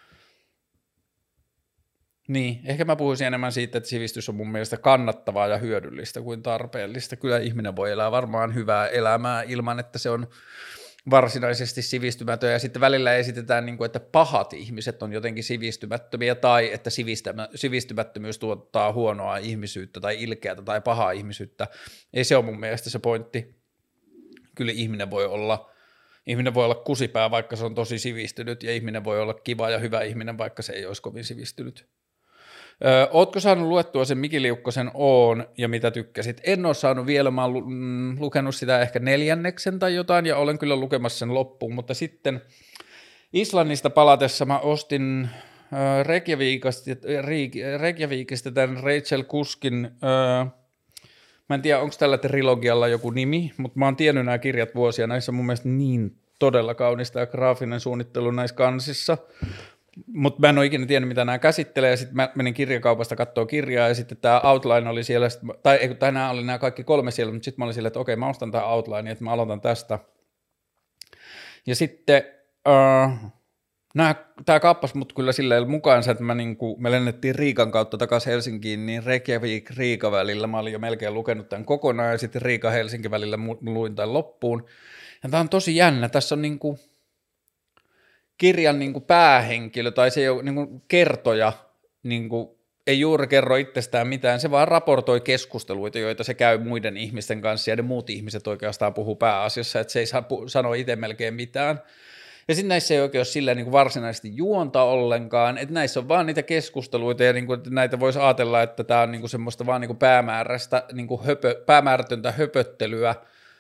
niin, ehkä mä puhuisin enemmän siitä, että sivistys on mun mielestä kannattavaa ja hyödyllistä kuin tarpeellista. Kyllä ihminen voi elää varmaan hyvää elämää ilman, että se on varsinaisesti sivistymätön, ja sitten välillä esitetään, niin kuin, että pahat ihmiset on jotenkin sivistymättömiä, tai että sivistymättömyys tuottaa huonoa ihmisyyttä, tai ilkeätä, tai pahaa ihmisyyttä. Ei se ole mun mielestä se pointti. Kyllä ihminen voi olla, ihminen voi olla kusipää, vaikka se on tosi sivistynyt, ja ihminen voi olla kiva ja hyvä ihminen, vaikka se ei olisi kovin sivistynyt. Öö, ootko saanut luettua sen Miki Liukkosen Oon ja mitä tykkäsit? En ole saanut vielä, mä oon lu- mm, lukenut sitä ehkä neljänneksen tai jotain ja olen kyllä lukemassa sen loppuun, mutta sitten Islannista palatessa mä ostin öö, Reykjavikista, Reykjavikista tämän Rachel Kuskin, öö, mä en tiedä onko tällä trilogialla joku nimi, mutta mä oon tiennyt nämä kirjat vuosia, näissä on mun mielestä niin todella kaunista ja graafinen suunnittelu näissä kansissa. Mutta mä en ole ikinä tiennyt, mitä nämä käsittelee, ja sitten mä menin kirjakaupasta katsoa kirjaa, ja sitten tämä outline oli siellä, tai, ei, tai nämä oli nämä kaikki kolme siellä, mutta sitten mä olin silleen, että okei, mä ostan tämä outline, että mä aloitan tästä. Ja sitten äh, tämä kaappasi mut kyllä silleen mukaansa, että mä niinku, me lennettiin Riikan kautta takaisin Helsinkiin, niin Reykjavik-Riika välillä mä olin jo melkein lukenut tämän kokonaan, ja sitten Riika-Helsinki välillä luin tämän loppuun. Ja tämä on tosi jännä, tässä on niinku kirjan niinku päähenkilö, tai se ei ole niinku kertoja, niinku, ei juuri kerro itsestään mitään, se vaan raportoi keskusteluita, joita se käy muiden ihmisten kanssa, ja ne muut ihmiset oikeastaan puhuu pääasiassa, että se ei saa pu- sanoa itse melkein mitään. Ja sitten näissä ei oikein ole silleen niin kuin varsinaisesti juonta ollenkaan, että näissä on vaan niitä keskusteluita, ja niin kuin, että näitä voisi ajatella, että tämä on niin kuin semmoista vaan niin kuin päämääräistä, niin kuin höpö, päämäärätöntä höpöttelyä,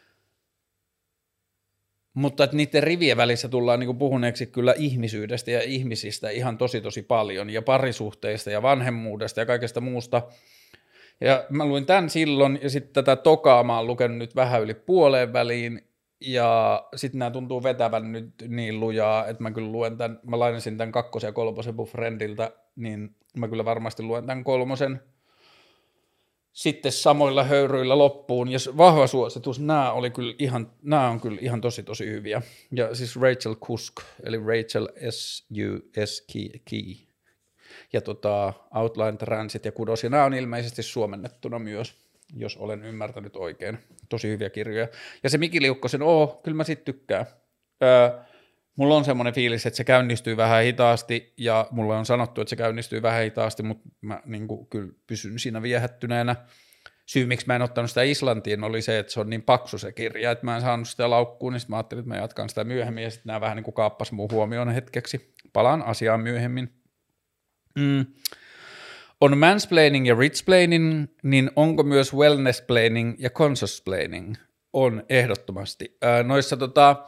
mutta että niiden rivien välissä tullaan niin kuin puhuneeksi kyllä ihmisyydestä ja ihmisistä ihan tosi tosi paljon, ja parisuhteista ja vanhemmuudesta ja kaikesta muusta. Ja mä luin tämän silloin, ja sitten tätä tokaa mä oon lukenut nyt vähän yli puoleen väliin, ja sitten nämä tuntuu vetävän nyt niin lujaa, että mä kyllä luen tämän, mä lainasin tämän kakkosen ja kolmosen mun friendiltä, niin mä kyllä varmasti luen tämän kolmosen sitten samoilla höyryillä loppuun, ja vahva suositus, nämä, oli kyllä ihan, nämä on kyllä ihan tosi tosi hyviä. Ja siis Rachel Cusk, eli Rachel S U S Key, ja tota, Outline Transit ja Kudos, ja nämä on ilmeisesti suomennettuna myös, jos olen ymmärtänyt oikein. Tosi hyviä kirjoja. Ja se Miki Liukkosen, oo, kyllä mä sit tykkään. Öö, mulla on semmoinen fiilis, että se käynnistyy vähän hitaasti, ja mulla on sanottu, että se käynnistyy vähän hitaasti, mutta mä niin kuin, kyllä pysyn siinä viehättyneenä. Syy, miksi mä en ottanut sitä Islantiin, oli se, että se on niin paksu se kirja, että mä en saanut sitä laukkuun, niin sit mä ajattelin, että mä jatkan sitä myöhemmin, ja sitten nämä vähän niin kuin kaappas mun huomioon hetkeksi. Palaan asiaan myöhemmin. Mm. On mansplaining ja richplaining, niin onko myös wellnessplaining ja consciousplaining? On ehdottomasti. Ää, noissa tota,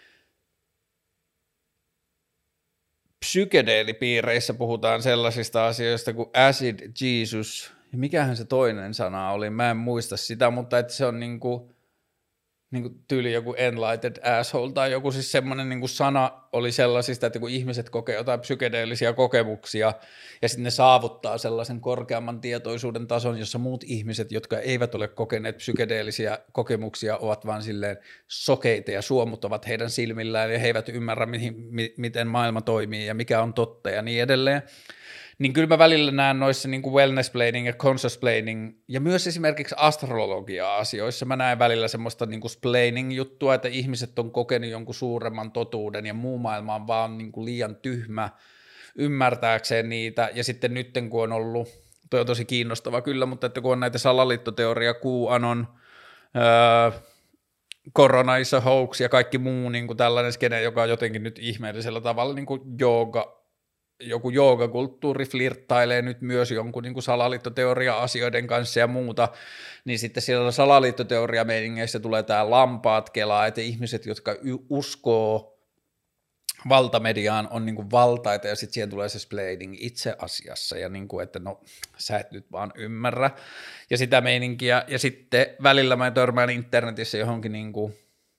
psykedeelipiireissä puhutaan sellaisista asioista kuin acid Jesus, ja mikähän se toinen sana oli, mä en muista sitä, mutta että se on niinku, niinku tyyli joku enlightened asshole tai joku siis semmoinen niinku sana oli sellaisista, että kun ihmiset kokee jotain psykedeellisiä kokemuksia ja sitten ne saavuttaa sellaisen korkeamman tietoisuuden tason, jossa muut ihmiset, jotka eivät ole kokeneet psykedeellisiä kokemuksia, ovat vaan silleen sokeita ja suomut ovat heidän silmillään ja he eivät ymmärrä, mihin, miten maailma toimii ja mikä on totta ja niin edelleen. Niin kyllä mä välillä näen noissa niin kuin wellness-plaining ja conscious-plaining, ja myös esimerkiksi astrologia-asioissa mä näen välillä semmoista niin kuin splaining-juttua, että ihmiset on kokenut jonkun suuremman totuuden, ja muu maailma on vaan niin kuin liian tyhmä ymmärtääkseen niitä, ja sitten nytten kun on ollut, toi on tosi kiinnostava kyllä, mutta että kun on näitä salaliittoteoria, QAnon, öö, korona is a hoax ja kaikki muu niin kuin tällainen skene, joka on jotenkin nyt ihmeellisellä tavalla niin kuin jooga, joku joogakulttuuri flirttailee nyt myös jonkun niin kuin salaliittoteoria-asioiden kanssa ja muuta, niin sitten siellä salaliittoteoria-meiningeissä tulee tämä lampaat kelaa, että ihmiset, jotka y- uskoo valtamediaan, on niin kuin valtaita, ja sitten siihen tulee se splaining itse asiassa, ja niin kuin, että no, sä et nyt vaan ymmärrä, ja sitä meininkiä, ja sitten välillä mä törmään internetissä johonkin niin kuin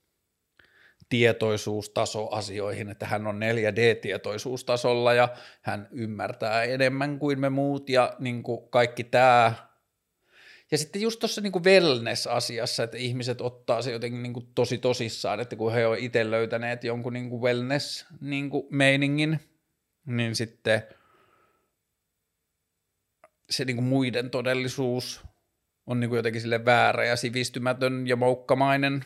tietoisuustasoasioihin, että hän on neljä D-tietoisuustasolla ja hän ymmärtää enemmän kuin me muut ja niin kuin kaikki tämä. Ja sitten just tuossa niin kuin wellness-asiassa, että ihmiset ottaa se jotenkin niin kuin tosi tosissaan, että kun he on itse löytäneet jonkun niin kuin wellness-meiningin, niin sitten se niin kuin muiden todellisuus on niin kuin jotenkin sille väärä ja sivistymätön ja moukkamainen.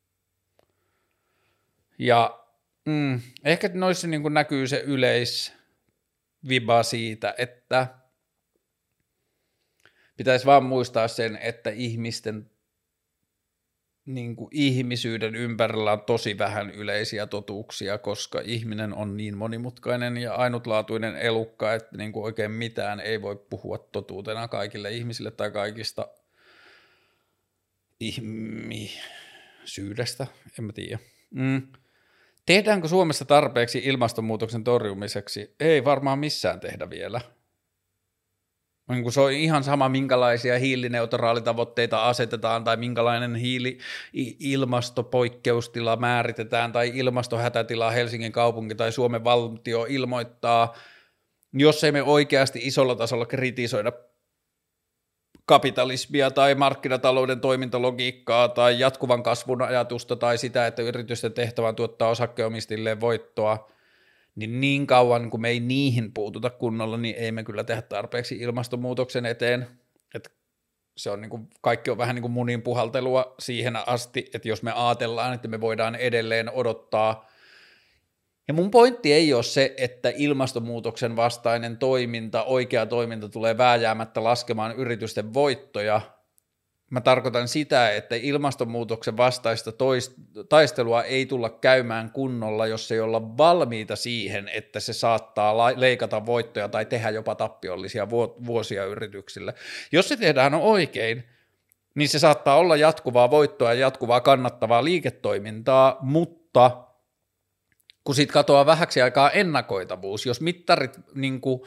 Ja mm, ehkä noissa niin kuin näkyy se yleisviba siitä, että pitäisi vaan muistaa sen, että ihmisten niin kuin ihmisyyden ympärillä on tosi vähän yleisiä totuuksia, koska ihminen on niin monimutkainen ja ainutlaatuinen elukka, että niin kuin oikein mitään ei voi puhua totuutena kaikille ihmisille tai kaikista ihmisyydestä, en mä tiedä. Mm. Tehdäänkö Suomessa tarpeeksi ilmastonmuutoksen torjumiseksi? Ei varmaan missään tehdä vielä. Se on ihan sama, minkälaisia hiilineutraalitavoitteita asetetaan tai minkälainen hiili- ilmastopoikkeustila määritetään tai ilmastohätätila Helsingin kaupunki tai Suomen valtio ilmoittaa, jos ei me oikeasti isolla tasolla kritisoida kapitalismia tai markkinatalouden toimintalogiikkaa tai jatkuvan kasvun ajatusta tai sitä, että yritysten tehtävä on tuottaa osakkeenomistajille voittoa, niin niin kauan kun me ei niihin puututa kunnolla, niin ei me kyllä tehdä tarpeeksi ilmastonmuutoksen eteen. Et se on niin kuin, kaikki on vähän niin kuin munin puhaltelua siihen asti, että jos me ajatellaan, että me voidaan edelleen odottaa. Ja mun pointti ei ole se, että ilmastonmuutoksen vastainen toiminta, oikea toiminta tulee vääjäämättä laskemaan yritysten voittoja. Mä tarkoitan sitä, että ilmastonmuutoksen vastaista toist- taistelua ei tulla käymään kunnolla, jos ei olla valmiita siihen, että se saattaa la- leikata voittoja tai tehdä jopa tappiollisia vu- vuosia yrityksille. Jos se tehdään oikein, niin se saattaa olla jatkuvaa voittoa ja jatkuvaa kannattavaa liiketoimintaa, mutta kun siitä katoaa vähäksi aikaa ennakoitavuus, jos mittarit, niin kuin,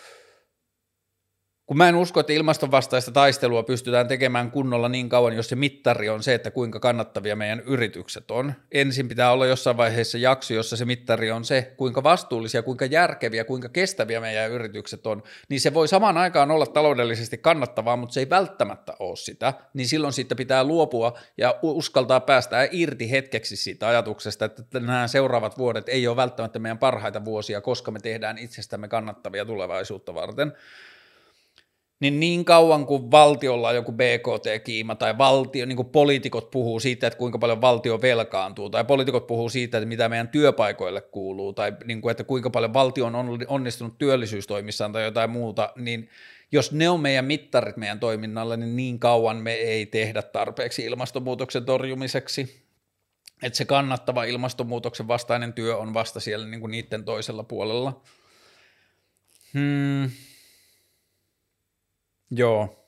kun mä en usko, että ilmastonvastaista taistelua pystytään tekemään kunnolla niin kauan, jos se mittari on se, että kuinka kannattavia meidän yritykset on. Ensin pitää olla jossain vaiheessa jakso, jossa se mittari on se, kuinka vastuullisia, kuinka järkeviä, kuinka kestäviä meidän yritykset on, niin se voi samaan aikaan olla taloudellisesti kannattavaa, mutta se ei välttämättä ole sitä, niin silloin siitä pitää luopua ja uskaltaa päästä irti hetkeksi siitä ajatuksesta, että nämä seuraavat vuodet ei ole välttämättä meidän parhaita vuosia, koska me tehdään itsestämme kannattavia tulevaisuutta varten. Niin niin kauan kuin valtiolla on joku B K T-kiima tai valtio, niin kuin poliitikot puhuu siitä, että kuinka paljon valtio velkaantuu, tai poliitikot puhuu siitä, että mitä meidän työpaikoille kuuluu, tai niin kuin, että kuinka paljon valtio on onnistunut työllisyystoimissaan tai jotain muuta, niin jos ne on meidän mittarit meidän toiminnalle, niin niin kauan me ei tehdä tarpeeksi ilmastonmuutoksen torjumiseksi, että se kannattava ilmastonmuutoksen vastainen työ on vasta siellä niin kuin niiden toisella puolella. Hmm. Joo.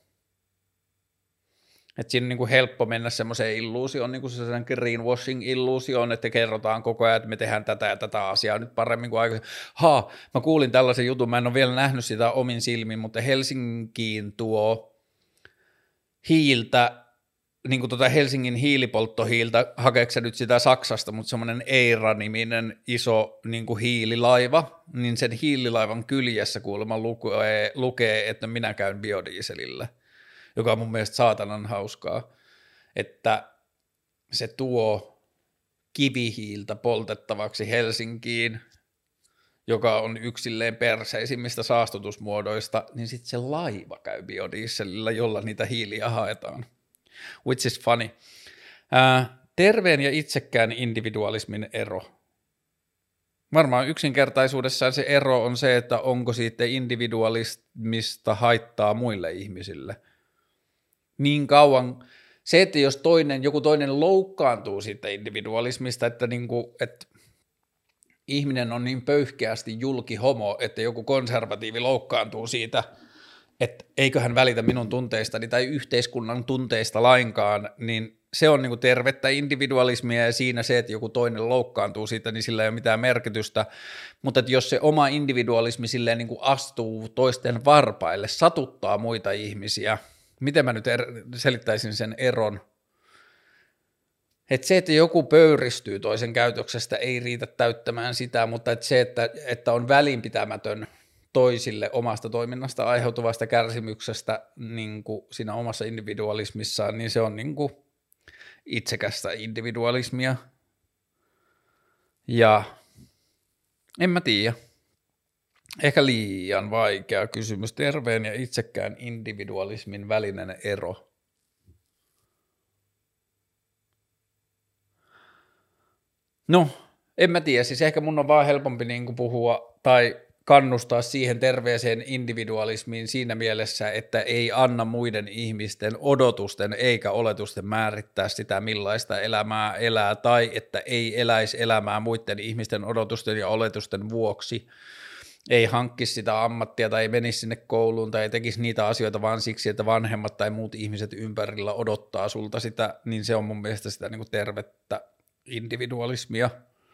Että siinä on niin kuin helppo mennä semmoiseen illuusioon, niin kuin se greenwashing-illuusioon, että kerrotaan koko ajan, että me tehdään tätä ja tätä asiaa nyt paremmin kuin aikaisemmin. Haa, mä kuulin tällaisen jutun, mä en ole vielä nähnyt sitä omin silmin, mutta Helsinkiin tuo hiiltä, niin kuin tuota Helsingin hiilipolttohiiltä, hakeeko nyt sitä Saksasta, mutta semmoinen Eira-niminen iso niin kuin hiililaiva, niin sen hiililaivan kyljessä kuulemma lukee, lukee, että minä käyn biodieselillä, joka on mun mielestä saatanan hauskaa, että se tuo kivihiiltä poltettavaksi Helsinkiin, joka on yksilleen perseisimmistä saastutusmuodoista, niin sitten se laiva käy biodieselillä, jolla niitä hiiliä haetaan. Which is funny. Ää, terveen ja itsekään individualismin ero. Varmaan yksinkertaisuudessaan se ero on se, että onko siitä individualismista haittaa muille ihmisille. Niin kauan se, että jos toinen, joku toinen loukkaantuu siitä individualismista, että, niinku, että ihminen on niin pöyhkeästi julki homo, että joku konservatiivi loukkaantuu siitä, että eiköhän välitä minun tunteistani tai yhteiskunnan tunteista lainkaan, niin se on niin kuin tervettä individualismia ja siinä se, että joku toinen loukkaantuu siitä, niin sillä ei ole mitään merkitystä, mutta että jos se oma individualismi silleen niin kuin astuu toisten varpaille, satuttaa muita ihmisiä, miten mä nyt er- selittäisin sen eron, että se, että joku pöyristyy toisen käytöksestä ei riitä täyttämään sitä, mutta että se, että, että on välinpitämätön toisille omasta toiminnasta aiheutuvasta kärsimyksestä niin kuin siinä omassa individualismissaan, niin se on niin kuin itsekästä individualismia. Ja en mä tiedä. Ehkä liian vaikea kysymys. Terveen ja itsekään individualismin välinen ero. No, en mä tiedä. Siis ehkä mun on vaan helpompi niin kuin puhua tai kannustaa siihen terveeseen individualismiin siinä mielessä, että ei anna muiden ihmisten odotusten eikä oletusten määrittää sitä, millaista elämää elää, tai että ei eläisi elämää muiden ihmisten odotusten ja oletusten vuoksi, ei hankkisi sitä ammattia tai ei menisi sinne kouluun tai ei tekisi niitä asioita vaan siksi, että vanhemmat tai muut ihmiset ympärillä odottaa sulta sitä, niin se on mun mielestä sitä niin kuin tervettä individualismia.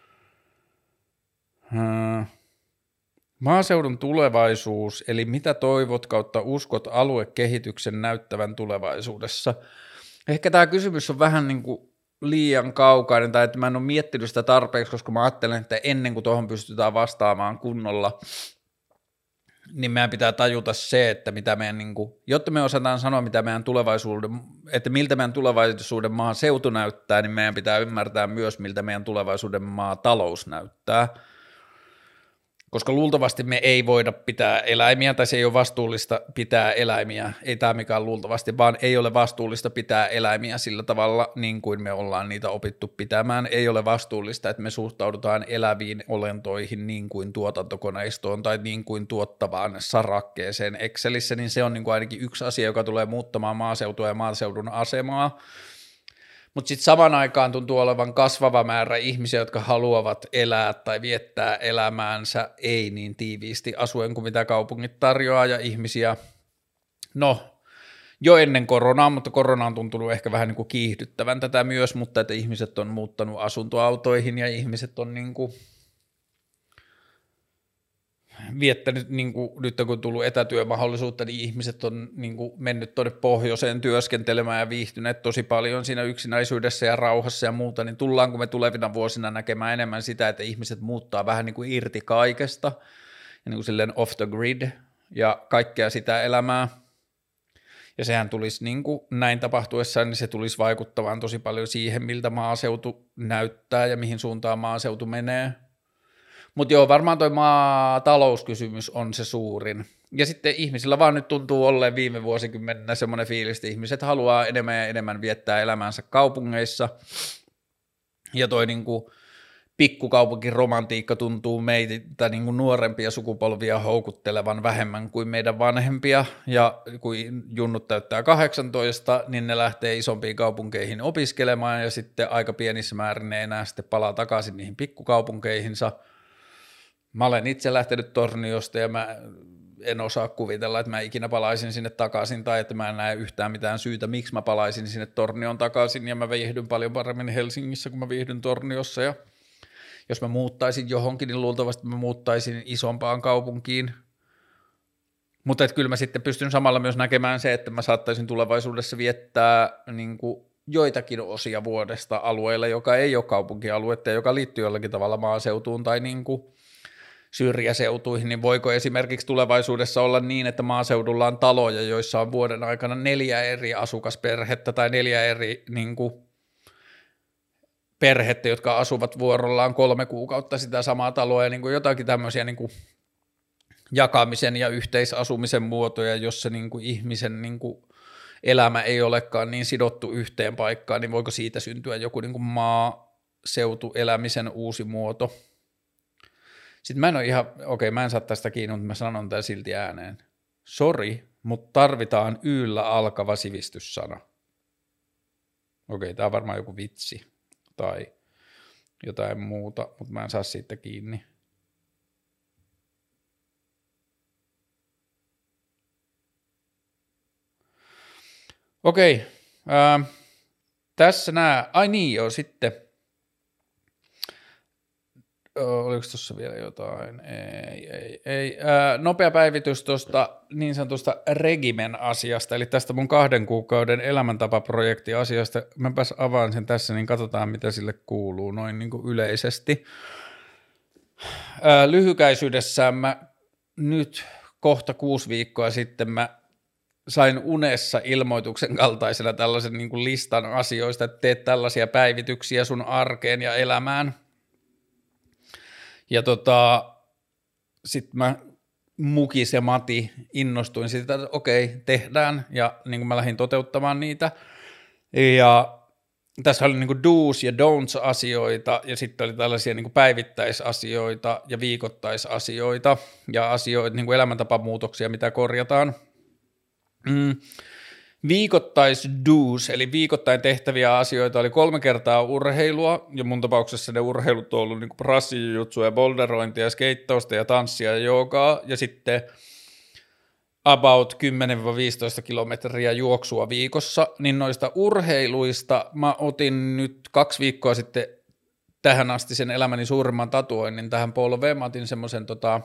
Hmm. Maaseudun tulevaisuus, eli mitä toivot kautta uskot aluekehityksen näyttävän tulevaisuudessa? Ehkä tämä kysymys on vähän niin kuin liian kaukainen, tai että mä en ole miettinyt sitä tarpeeksi, koska mä ajattelen, että ennen kuin tuohon pystytään vastaamaan kunnolla, niin meidän pitää tajuta se, että mitä meidän, niin kuin, jotta me osataan sanoa, mitä meidän tulevaisuuden, että miltä meidän tulevaisuuden maan seutu näyttää, niin meidän pitää ymmärtää myös, miltä meidän tulevaisuuden maa talous näyttää. Koska luultavasti me ei voida pitää eläimiä, tai se ei ole vastuullista pitää eläimiä, ei tämä mikään luultavasti, vaan ei ole vastuullista pitää eläimiä sillä tavalla, niin kuin me ollaan niitä opittu pitämään. Ei ole vastuullista, että me suhtaudutaan eläviin olentoihin niin kuin tuotantokoneistoon tai niin kuin tuottavaan sarakkeeseen Excelissä, niin se on niin kuin ainakin yksi asia, joka tulee muuttamaan maaseutua ja maaseudun asemaa. Mutta sitten saman aikaan tuntuu olevan kasvava määrä ihmisiä, jotka haluavat elää tai viettää elämäänsä ei niin tiiviisti asuen kuin mitä kaupungit tarjoaa ja ihmisiä, no jo ennen koronaa, mutta korona on tuntunut ehkä vähän niin kuin kiihdyttävän tätä myös, mutta että ihmiset on muuttanut asuntoautoihin ja ihmiset on niin kuin viettänyt, niin kuin, nyt kun on tullut etätyömahdollisuutta, niin ihmiset on niin kuin, mennyt tuonne pohjoiseen työskentelemään ja viihtyneet tosi paljon siinä yksinäisyydessä ja rauhassa ja muuta, niin tullaanko me tulevina vuosina näkemään enemmän sitä, että ihmiset muuttaa vähän niin kuin irti kaikesta ja niin kuin silleen off the grid ja kaikkea sitä elämää. Ja sehän tulisi niin kuin näin tapahtuessaan, niin se tulisi vaikuttamaan tosi paljon siihen, miltä maaseutu näyttää ja mihin suuntaan maaseutu menee. Mutta joo, varmaan toi maatalouskysymys on se suurin. Ja sitten ihmisillä vaan nyt tuntuu olleen viime vuosikymmenenä semmoinen fiilis, että ihmiset haluaa enemmän ja enemmän viettää elämänsä kaupungeissa. Ja toi niinku pikkukaupunkiromantiikka tuntuu meitä niinku nuorempia sukupolvia houkuttelevan vähemmän kuin meidän vanhempia. Ja kun junnut täyttää kahdeksantoista, niin ne lähtee isompiin kaupunkeihin opiskelemaan ja sitten aika pienissä määrin ne enää sitten palaa takaisin niihin pikkukaupunkeihinsa. Mä olen itse lähtenyt Torniosta ja mä en osaa kuvitella, että mä ikinä palaisin sinne takaisin tai että mä en näe yhtään mitään syytä, miksi mä palaisin sinne Tornioon takaisin ja mä viihdyn paljon paremmin Helsingissä, kun mä viihdyn Torniossa ja jos mä muuttaisin johonkin, niin luultavasti mä muuttaisin isompaan kaupunkiin, mutta että kyllä mä sitten pystyn samalla myös näkemään se, että mä saattaisin tulevaisuudessa viettää niin kuin joitakin osia vuodesta alueella, joka ei ole kaupunkialuetta ja joka liittyy jollakin tavalla maaseutuun tai niin kuin syrjäseutuihin, niin voiko esimerkiksi tulevaisuudessa olla niin, että maaseudulla on taloja, joissa on vuoden aikana neljä eri asukasperhettä tai neljä eri niin kuin, perhettä, jotka asuvat vuorollaan kolme kuukautta sitä samaa taloa ja niin kuin jotakin tämmöisiä niin kuin jakamisen ja yhteisasumisen muotoja, jossa niin kuin ihmisen niin kuin elämä ei olekaan niin sidottu yhteen paikkaan, niin voiko siitä syntyä joku niin kuin maaseutuelämisen uusi muoto? Sitten mä en ole ihan, okei mä en saa tästä kiinni, mutta mä sanon tämän silti ääneen. Sori, mutta tarvitaan yllä alkava sivistyssana. Okei, tää on varmaan joku vitsi tai jotain muuta, mutta mä en saa siitä kiinni. Okei, ää, tässä nää, ai niin joo, sitten. Oliko tuossa vielä jotain? Ei, ei, ei. Ää, nopea päivitys tuosta niin sanotusta Regimen asiasta, eli tästä mun kahden kuukauden elämäntapaprojekti-asiasta. Mäpäs avaan sen tässä, niin katsotaan mitä sille kuuluu noin niin kuin yleisesti. Ää, lyhykäisyydessään mä nyt kohta kuusi viikkoa sitten mä sain unessa ilmoituksen kaltaisena tällaisen niin kuin listan asioista, että teet tällaisia päivityksiä sun arkeen ja elämään. Ja tota, sitten mä Mukis ja Mati innostuin siitä, että okei, tehdään, ja niin kuin mä lähdin toteuttamaan niitä. Ja tässä oli niin kuin do's ja don'ts asioita, ja sitten oli tällaisia niin kuin päivittäisasioita ja viikoittaisasioita, ja asioita, niin kuin elämäntapamuutoksia, mitä korjataan. Mm. Viikoittais do's, eli viikoittain tehtäviä asioita oli kolme kertaa urheilua, ja mun tapauksessa ne urheilut on ollut niin kuin brassijutsu ja boulderointia ja skeittausta ja tanssia ja joogaa, ja sitten about kymmenen viisitoista kilometriä juoksua viikossa, niin noista urheiluista mä otin nyt kaksi viikkoa sitten tähän asti sen elämäni suurimman tatuoinnin tähän polveen, mä otin semmoisen tota,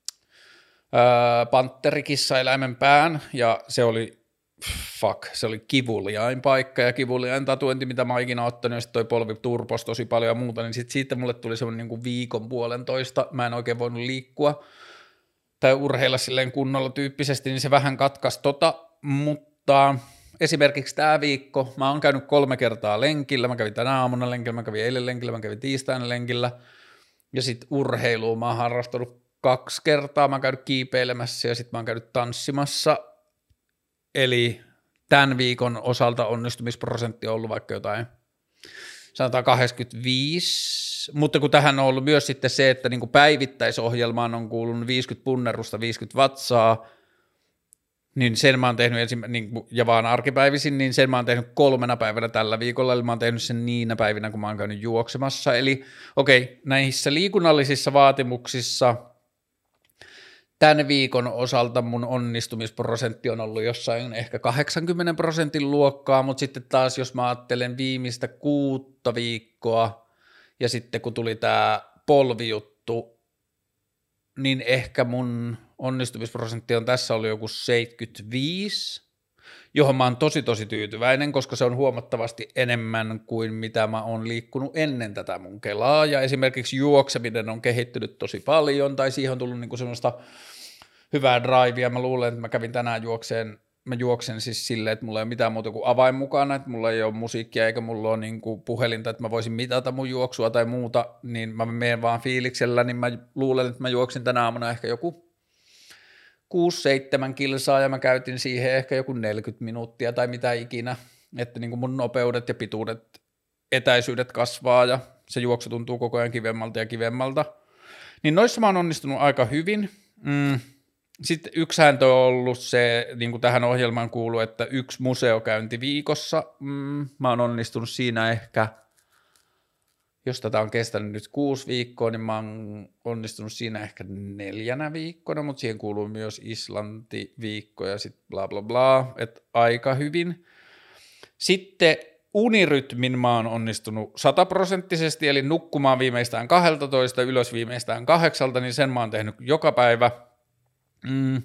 pantterikissa-eläimen pään, ja se oli fuck, se oli kivuliain paikka ja kivuliain tatuointi, mitä mä oon ikinä ottanut, ja sitten toi polvi turpos tosi paljon ja muuta, niin sitten siitä mulle tuli semmoinen niin kuin viikon puolentoista, mä en oikein voinut liikkua, tai urheilla silleen kunnolla tyyppisesti, niin se vähän katkaisi tota, mutta esimerkiksi tämä viikko, mä oon käynyt kolme kertaa lenkillä, mä kävin tänä aamuna lenkillä, mä kävin eilen lenkillä, mä kävin tiistaina lenkillä, ja sitten urheilua mä oon harrastanut kaksi kertaa, mä oon käynyt kiipeilemässä ja sitten mä oon käynyt tanssimassa, eli tämän viikon osalta onnistumisprosentti on ollut vaikka jotain, sanotaan kahdeksankymmentäviisi, mutta kun tähän on ollut myös sitten se, että niin kuin päivittäisohjelmaan on kuulunut viisikymmentä punnerusta, viisikymmentä vatsaa, niin sen mä oon tehnyt ensin, niin, ja vaan arkipäivisin, niin sen mä oon tehnyt kolmena päivänä tällä viikolla, eli mä oon tehnyt sen niinä päivinä, kun mä oon käynyt juoksemassa, eli okei, okay, näissä liikunnallisissa vaatimuksissa tämän viikon osalta mun onnistumisprosentti on ollut jossain ehkä kahdeksankymmentä prosentin luokkaa, mutta sitten taas jos mä ajattelen viimeistä kuutta viikkoa, ja sitten kun tuli tämä polvijuttu, niin ehkä mun onnistumisprosentti on tässä ollut joku seitsemänkymmentäviisi, johon mä oon tosi tosi tyytyväinen, koska se on huomattavasti enemmän kuin mitä mä oon liikkunut ennen tätä mun kelaa, ja esimerkiksi juokseminen on kehittynyt tosi paljon, tai siihen on tullut niinku semmoista hyvää drivea, mä luulen, että mä kävin tänään juokseen, mä juoksen siis silleen, että mulla ei ole mitään muuta kuin avain mukana, että mulla ei ole musiikkia eikä mulla ole niinku puhelinta, että mä voisin mitata mun juoksua tai muuta, niin mä menen vaan fiiliksellä, niin mä luulen, että mä juoksin tänä aamuna ehkä joku kuusi seitsemän kilsaa ja mä käytin siihen ehkä joku neljäkymmentä minuuttia tai mitä ikinä, että niin kuin mun nopeudet ja pituudet, etäisyydet kasvaa ja se juoksu tuntuu koko ajan kivemmalta ja kivemmalta. Niin noissa mä oon onnistunut aika hyvin. Mm. Sitten yksi sääntö on ollut se, niin kuin tähän ohjelmaan kuuluu, että yksi museokäynti viikossa. Mm. Mä oon onnistunut siinä ehkä, jos tätä on kestänyt nyt kuusi viikkoa, niin mä oon onnistunut siinä ehkä neljänä viikkona, mutta siihen kuuluu myös Islanti-viikko ja sitten bla bla bla, että aika hyvin. Sitten unirytmin mä oon onnistunut sataprosenttisesti, eli nukkumaan viimeistään kaksitoista, ylös viimeistään kahdeksalta, niin sen mä oon tehnyt joka päivä. Mm.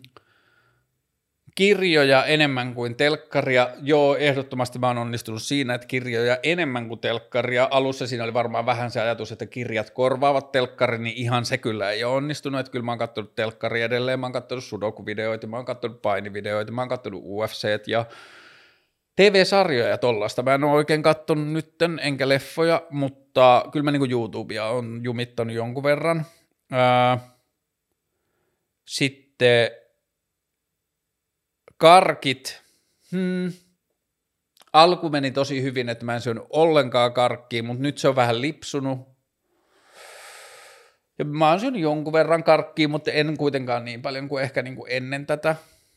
Kirjoja enemmän kuin telkkaria. Joo, ehdottomasti mä oon onnistunut siinä, että kirjoja enemmän kuin telkkaria. Alussa siinä oli varmaan vähän se ajatus, että kirjat korvaavat telkkarin, niin ihan se kyllä ei ole onnistunut. Että kyllä mä oon katsonut telkkaria edelleen, mä oon katsonut sudoku-videoita, mä oon katsonut painivideoita, mä oon katsonut U F C:t ja T V-sarjoja ja tollaista. Mä en ole oikein katsonut nytten, enkä leffoja, mutta kyllä mä niin YouTubea on jumittanut jonkun verran. Ää, sitten karkit. Hmm. Alku meni tosi hyvin, että mä en syönyt ollenkaan karkkia, mutta nyt se on vähän lipsunut. Ja mä oon syönyt jonkun verran karkkia, mutta en kuitenkaan niin paljon kuin ehkä niin kuin ennen tätä.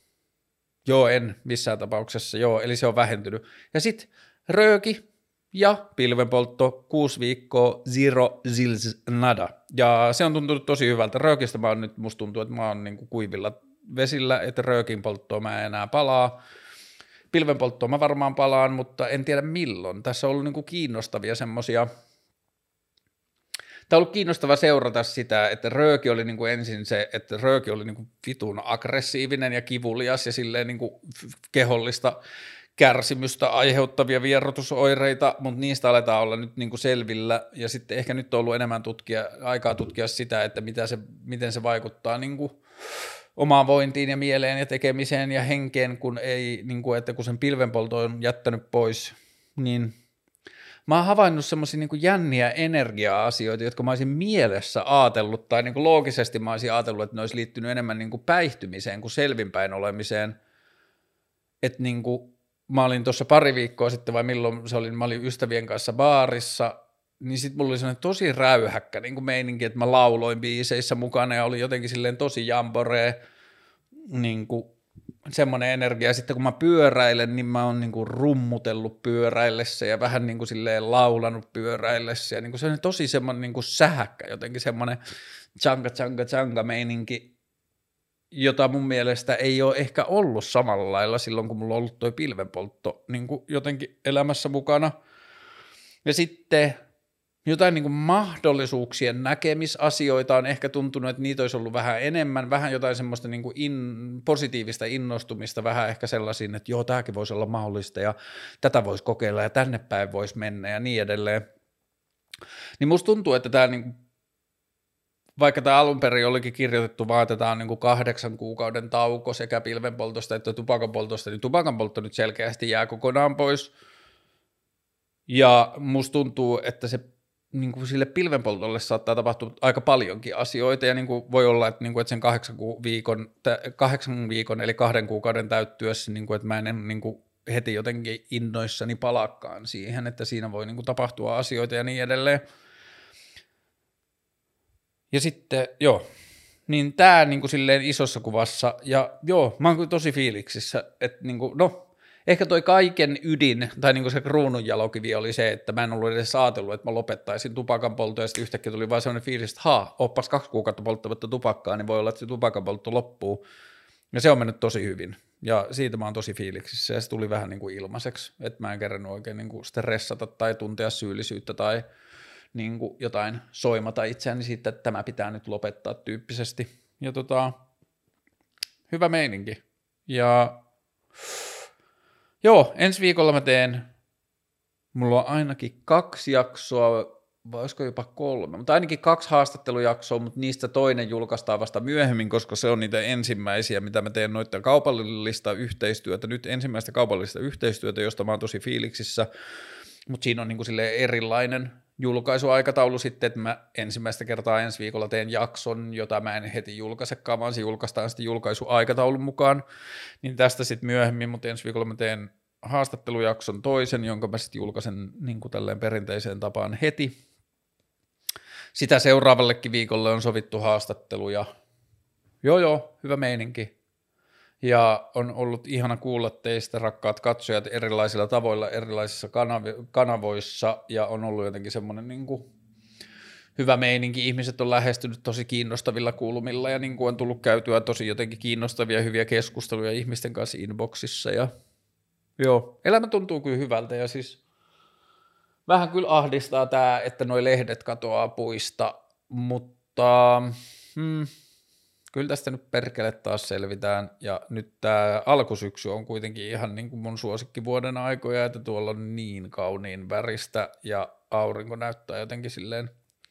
Joo, en missään tapauksessa, joo, eli se on vähentynyt. Ja sitten rööki ja pilvenpoltto, kuusi viikkoa, zero zils nada. Ja se on tuntunut tosi hyvältä. Röökistä mä oon nyt, musta tuntuu, että mä oon niinku kuivilla vesillä, että röökin polttoa mä en enää palaa. Pilvenpolttoa mä varmaan palaan, mutta en tiedä milloin. Tässä on ollut niinku kiinnostavia semmosia. Tämä on ollut kiinnostava seurata sitä, että rööki oli niinku ensin se, että rööki oli niinku vitun aggressiivinen ja kivulias ja silleen niinku kehollista kärsimystä aiheuttavia vierotusoireita, mutta niistä aletaan olla nyt niinku selvillä ja sitten ehkä nyt on ollut enemmän tutkia, aikaa tutkia sitä, että mitä se, miten se vaikuttaa niinku omaan vointiin ja mieleen ja tekemiseen ja henkeen, kun ei, niinku, että kun sen pilvenpolto on jättänyt pois, niin mä oon havainnut semmoisia niin kuin jänniä energia-asioita, jotka mä olisin mielessä ajatellut, tai niin kuin loogisesti mä olisin ajatellut, että ne olisi liittynyt enemmän niin kuin päihtymiseen kuin selvinpäin olemiseen. Että niin kuin mä olin tuossa pari viikkoa sitten, vai milloin se oli, mä olin ystävien kanssa baarissa, niin sitten mulla oli sellainen tosi räyhäkkä niin kuin meininki, että mä lauloin biiseissä mukana ja oli jotenkin silleen tosi jamboree, niin kuin semmoinen energia. Sitten kun mä pyöräilen, niin mä oon niinku rummutellut pyöräillessä ja vähän niinku silleen laulanut pyöräillessä ja niinku se on tosi semmoinen niinku sähäkkä, jotenkin semmoinen changa changa changa meininki, jota mun mielestä ei ole ehkä ollut samalla lailla silloin, kun mulla on ollut toi pilvenpoltto niinku jotenkin elämässä mukana. Ja sitten jotain niin kuin mahdollisuuksien näkemisasioita on ehkä tuntunut, että niitä olisi ollut vähän enemmän, vähän jotain semmoista niin kuin in, positiivista innostumista, vähän ehkä sellaisiin, että joo, tämäkin voisi olla mahdollista ja tätä voisi kokeilla ja tänne päin voisi mennä ja niin edelleen. Niin musta tuntuu, että tämä niin kuin vaikka tämä alun perin olikin kirjoitettu vaan, että tämä on niin kuin kahdeksan kuukauden tauko sekä pilvenpoltosta että tupakanpoltosta, niin tupakanpoltto nyt selkeästi jää kokonaan pois. Ja musta tuntuu, että se niin kuin sille pilvenpoltolle saattaa tapahtua aika paljonkin asioita, ja niin kuin voi olla, että, niin kuin, että sen kahdeksan viikon, kahdeksan viikon eli kahden kuukauden täyttyessä, niin kuin, että mä en niin kuin heti jotenkin innoissani palakkaan siihen, että siinä voi niin kuin tapahtua asioita ja niin edelleen. Ja sitten, joo, niin tää niin kuin silleen isossa kuvassa, ja joo, mä oon kyllä tosi fiiliksissä, että niin kuin, no, ehkä toi kaiken ydin, tai niin kuin se kruununjalokivi oli se, että mä en ollut edes ajatellut, että mä lopettaisin tupakan polttoa, ja sitten yhtäkkiä tuli vaan sellainen fiilis, että haa, oppas kaksi kuukautta polttamatta tupakkaa, niin voi olla, että se tupakan poltto loppuu. Ja se on mennyt tosi hyvin, ja siitä mä oon tosi fiiliksissä, ja se tuli vähän niin kuin ilmaiseksi, että mä en kerännyt oikein niin kuin stressata tai tuntea syyllisyyttä tai niin kuin jotain soimata itseäni siitä, että tämä pitää nyt lopettaa tyyppisesti. Ja tota, hyvä meininki. Ja joo, ensi viikolla mä teen, mulla on ainakin kaksi jaksoa, vai olisiko jopa kolme, mutta ainakin kaksi haastattelujaksoa, mutta niistä toinen julkaistaan vasta myöhemmin, koska se on niitä ensimmäisiä, mitä mä teen noita kaupallista yhteistyötä, nyt ensimmäistä kaupallista yhteistyötä, josta mä oon tosi fiiliksissä, mutta siinä on niin kuin silleen erilainen julkaisuaikataulu sitten, että mä ensimmäistä kertaa ensi viikolla teen jakson, jota mä en heti julkaisekaan, vaan se julkaistaan sitten julkaisuaikataulun mukaan, niin tästä sitten myöhemmin, mutta ensi viikolla mä teen haastattelujakson toisen, jonka mä sitten julkaisen niin kuin tälleen perinteiseen tapaan heti. Sitä seuraavallekin viikolle on sovittu haastattelu ja joo joo, hyvä meininki. Ja on ollut ihana kuulla teistä, rakkaat katsojat, erilaisilla tavoilla, erilaisissa kanav- kanavoissa, ja on ollut jotenkin semmoinen niin kuin hyvä meininki. Ihmiset on lähestynyt tosi kiinnostavilla kulmilla, ja niin kuin on tullut käytyä tosi jotenkin kiinnostavia, hyviä keskusteluja ihmisten kanssa inboxissa, ja joo, elämä tuntuu kyllä hyvältä, ja siis vähän kyllä ahdistaa tämä, että noi lehdet katoaa puista, mutta hmm, kyllä tästä nyt perkele taas selvitään, ja nyt tämä alkusyksy on kuitenkin ihan niin kuin mun suosikkivuoden aikoja, että tuolla on niin kauniin väristä, ja aurinko näyttää jotenkin silleen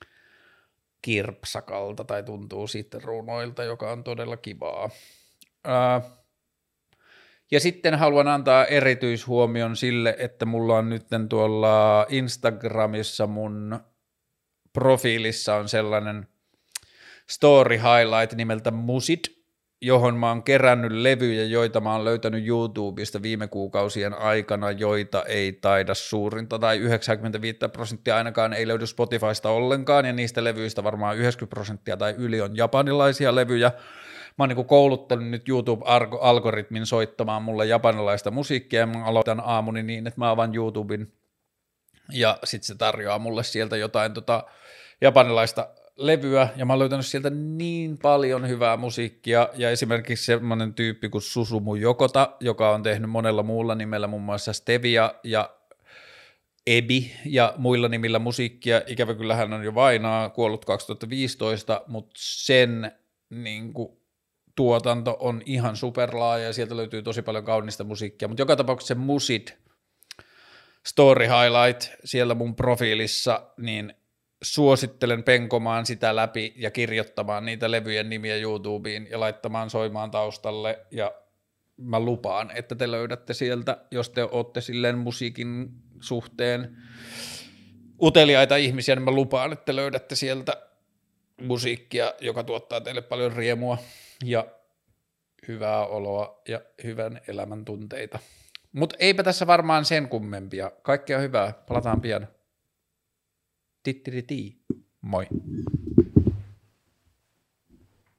kirpsakalta, tai tuntuu sitten runoilta, joka on todella kivaa. Ää, ja sitten haluan antaa erityishuomion sille, että mulla on nyt tuolla Instagramissa mun profiilissa on sellainen story highlight nimeltä Musid, johon mä oon kerännyt levyjä, joita mä oon löytänyt YouTubesta viime kuukausien aikana, joita ei taida suurinta tai yhdeksänkymmentäviisi prosenttia ainakaan ei löydy Spotifysta ollenkaan, ja niistä levyistä varmaan yhdeksänkymmentä prosenttia tai yli on japanilaisia levyjä. Mä oon niin kuin kouluttanut nyt YouTube-algoritmin soittamaan mulle japanilaista musiikkia, ja mä aloitan aamuni niin, että mä avaan YouTuben, ja sit se tarjoaa mulle sieltä jotain tota japanilaista levyä, ja mä oon löytänyt sieltä niin paljon hyvää musiikkia, ja esimerkiksi semmoinen tyyppi kuin Susumu Yokota, joka on tehnyt monella muulla nimellä, muun muassa Stevia ja Ebi ja muilla nimillä musiikkia. Ikävä kyllä hän on jo vainaa, kuollut kaksituhattaviisitoista, mutta sen niin kuin tuotanto on ihan superlaaja, ja sieltä löytyy tosi paljon kaunista musiikkia, mutta joka tapauksessa se Musid story highlight siellä mun profiilissa, niin suosittelen penkomaan sitä läpi ja kirjoittamaan niitä levyjen nimiä YouTubeen ja laittamaan soimaan taustalle, ja mä lupaan, että te löydätte sieltä, jos te olette silleen musiikin suhteen uteliaita ihmisiä, niin mä lupaan, että te löydätte sieltä musiikkia, joka tuottaa teille paljon riemua ja hyvää oloa ja hyvän elämän tunteita. Mutta eipä tässä varmaan sen kummempia. Kaikkea hyvää, palataan pian. Tittiriti. Moi.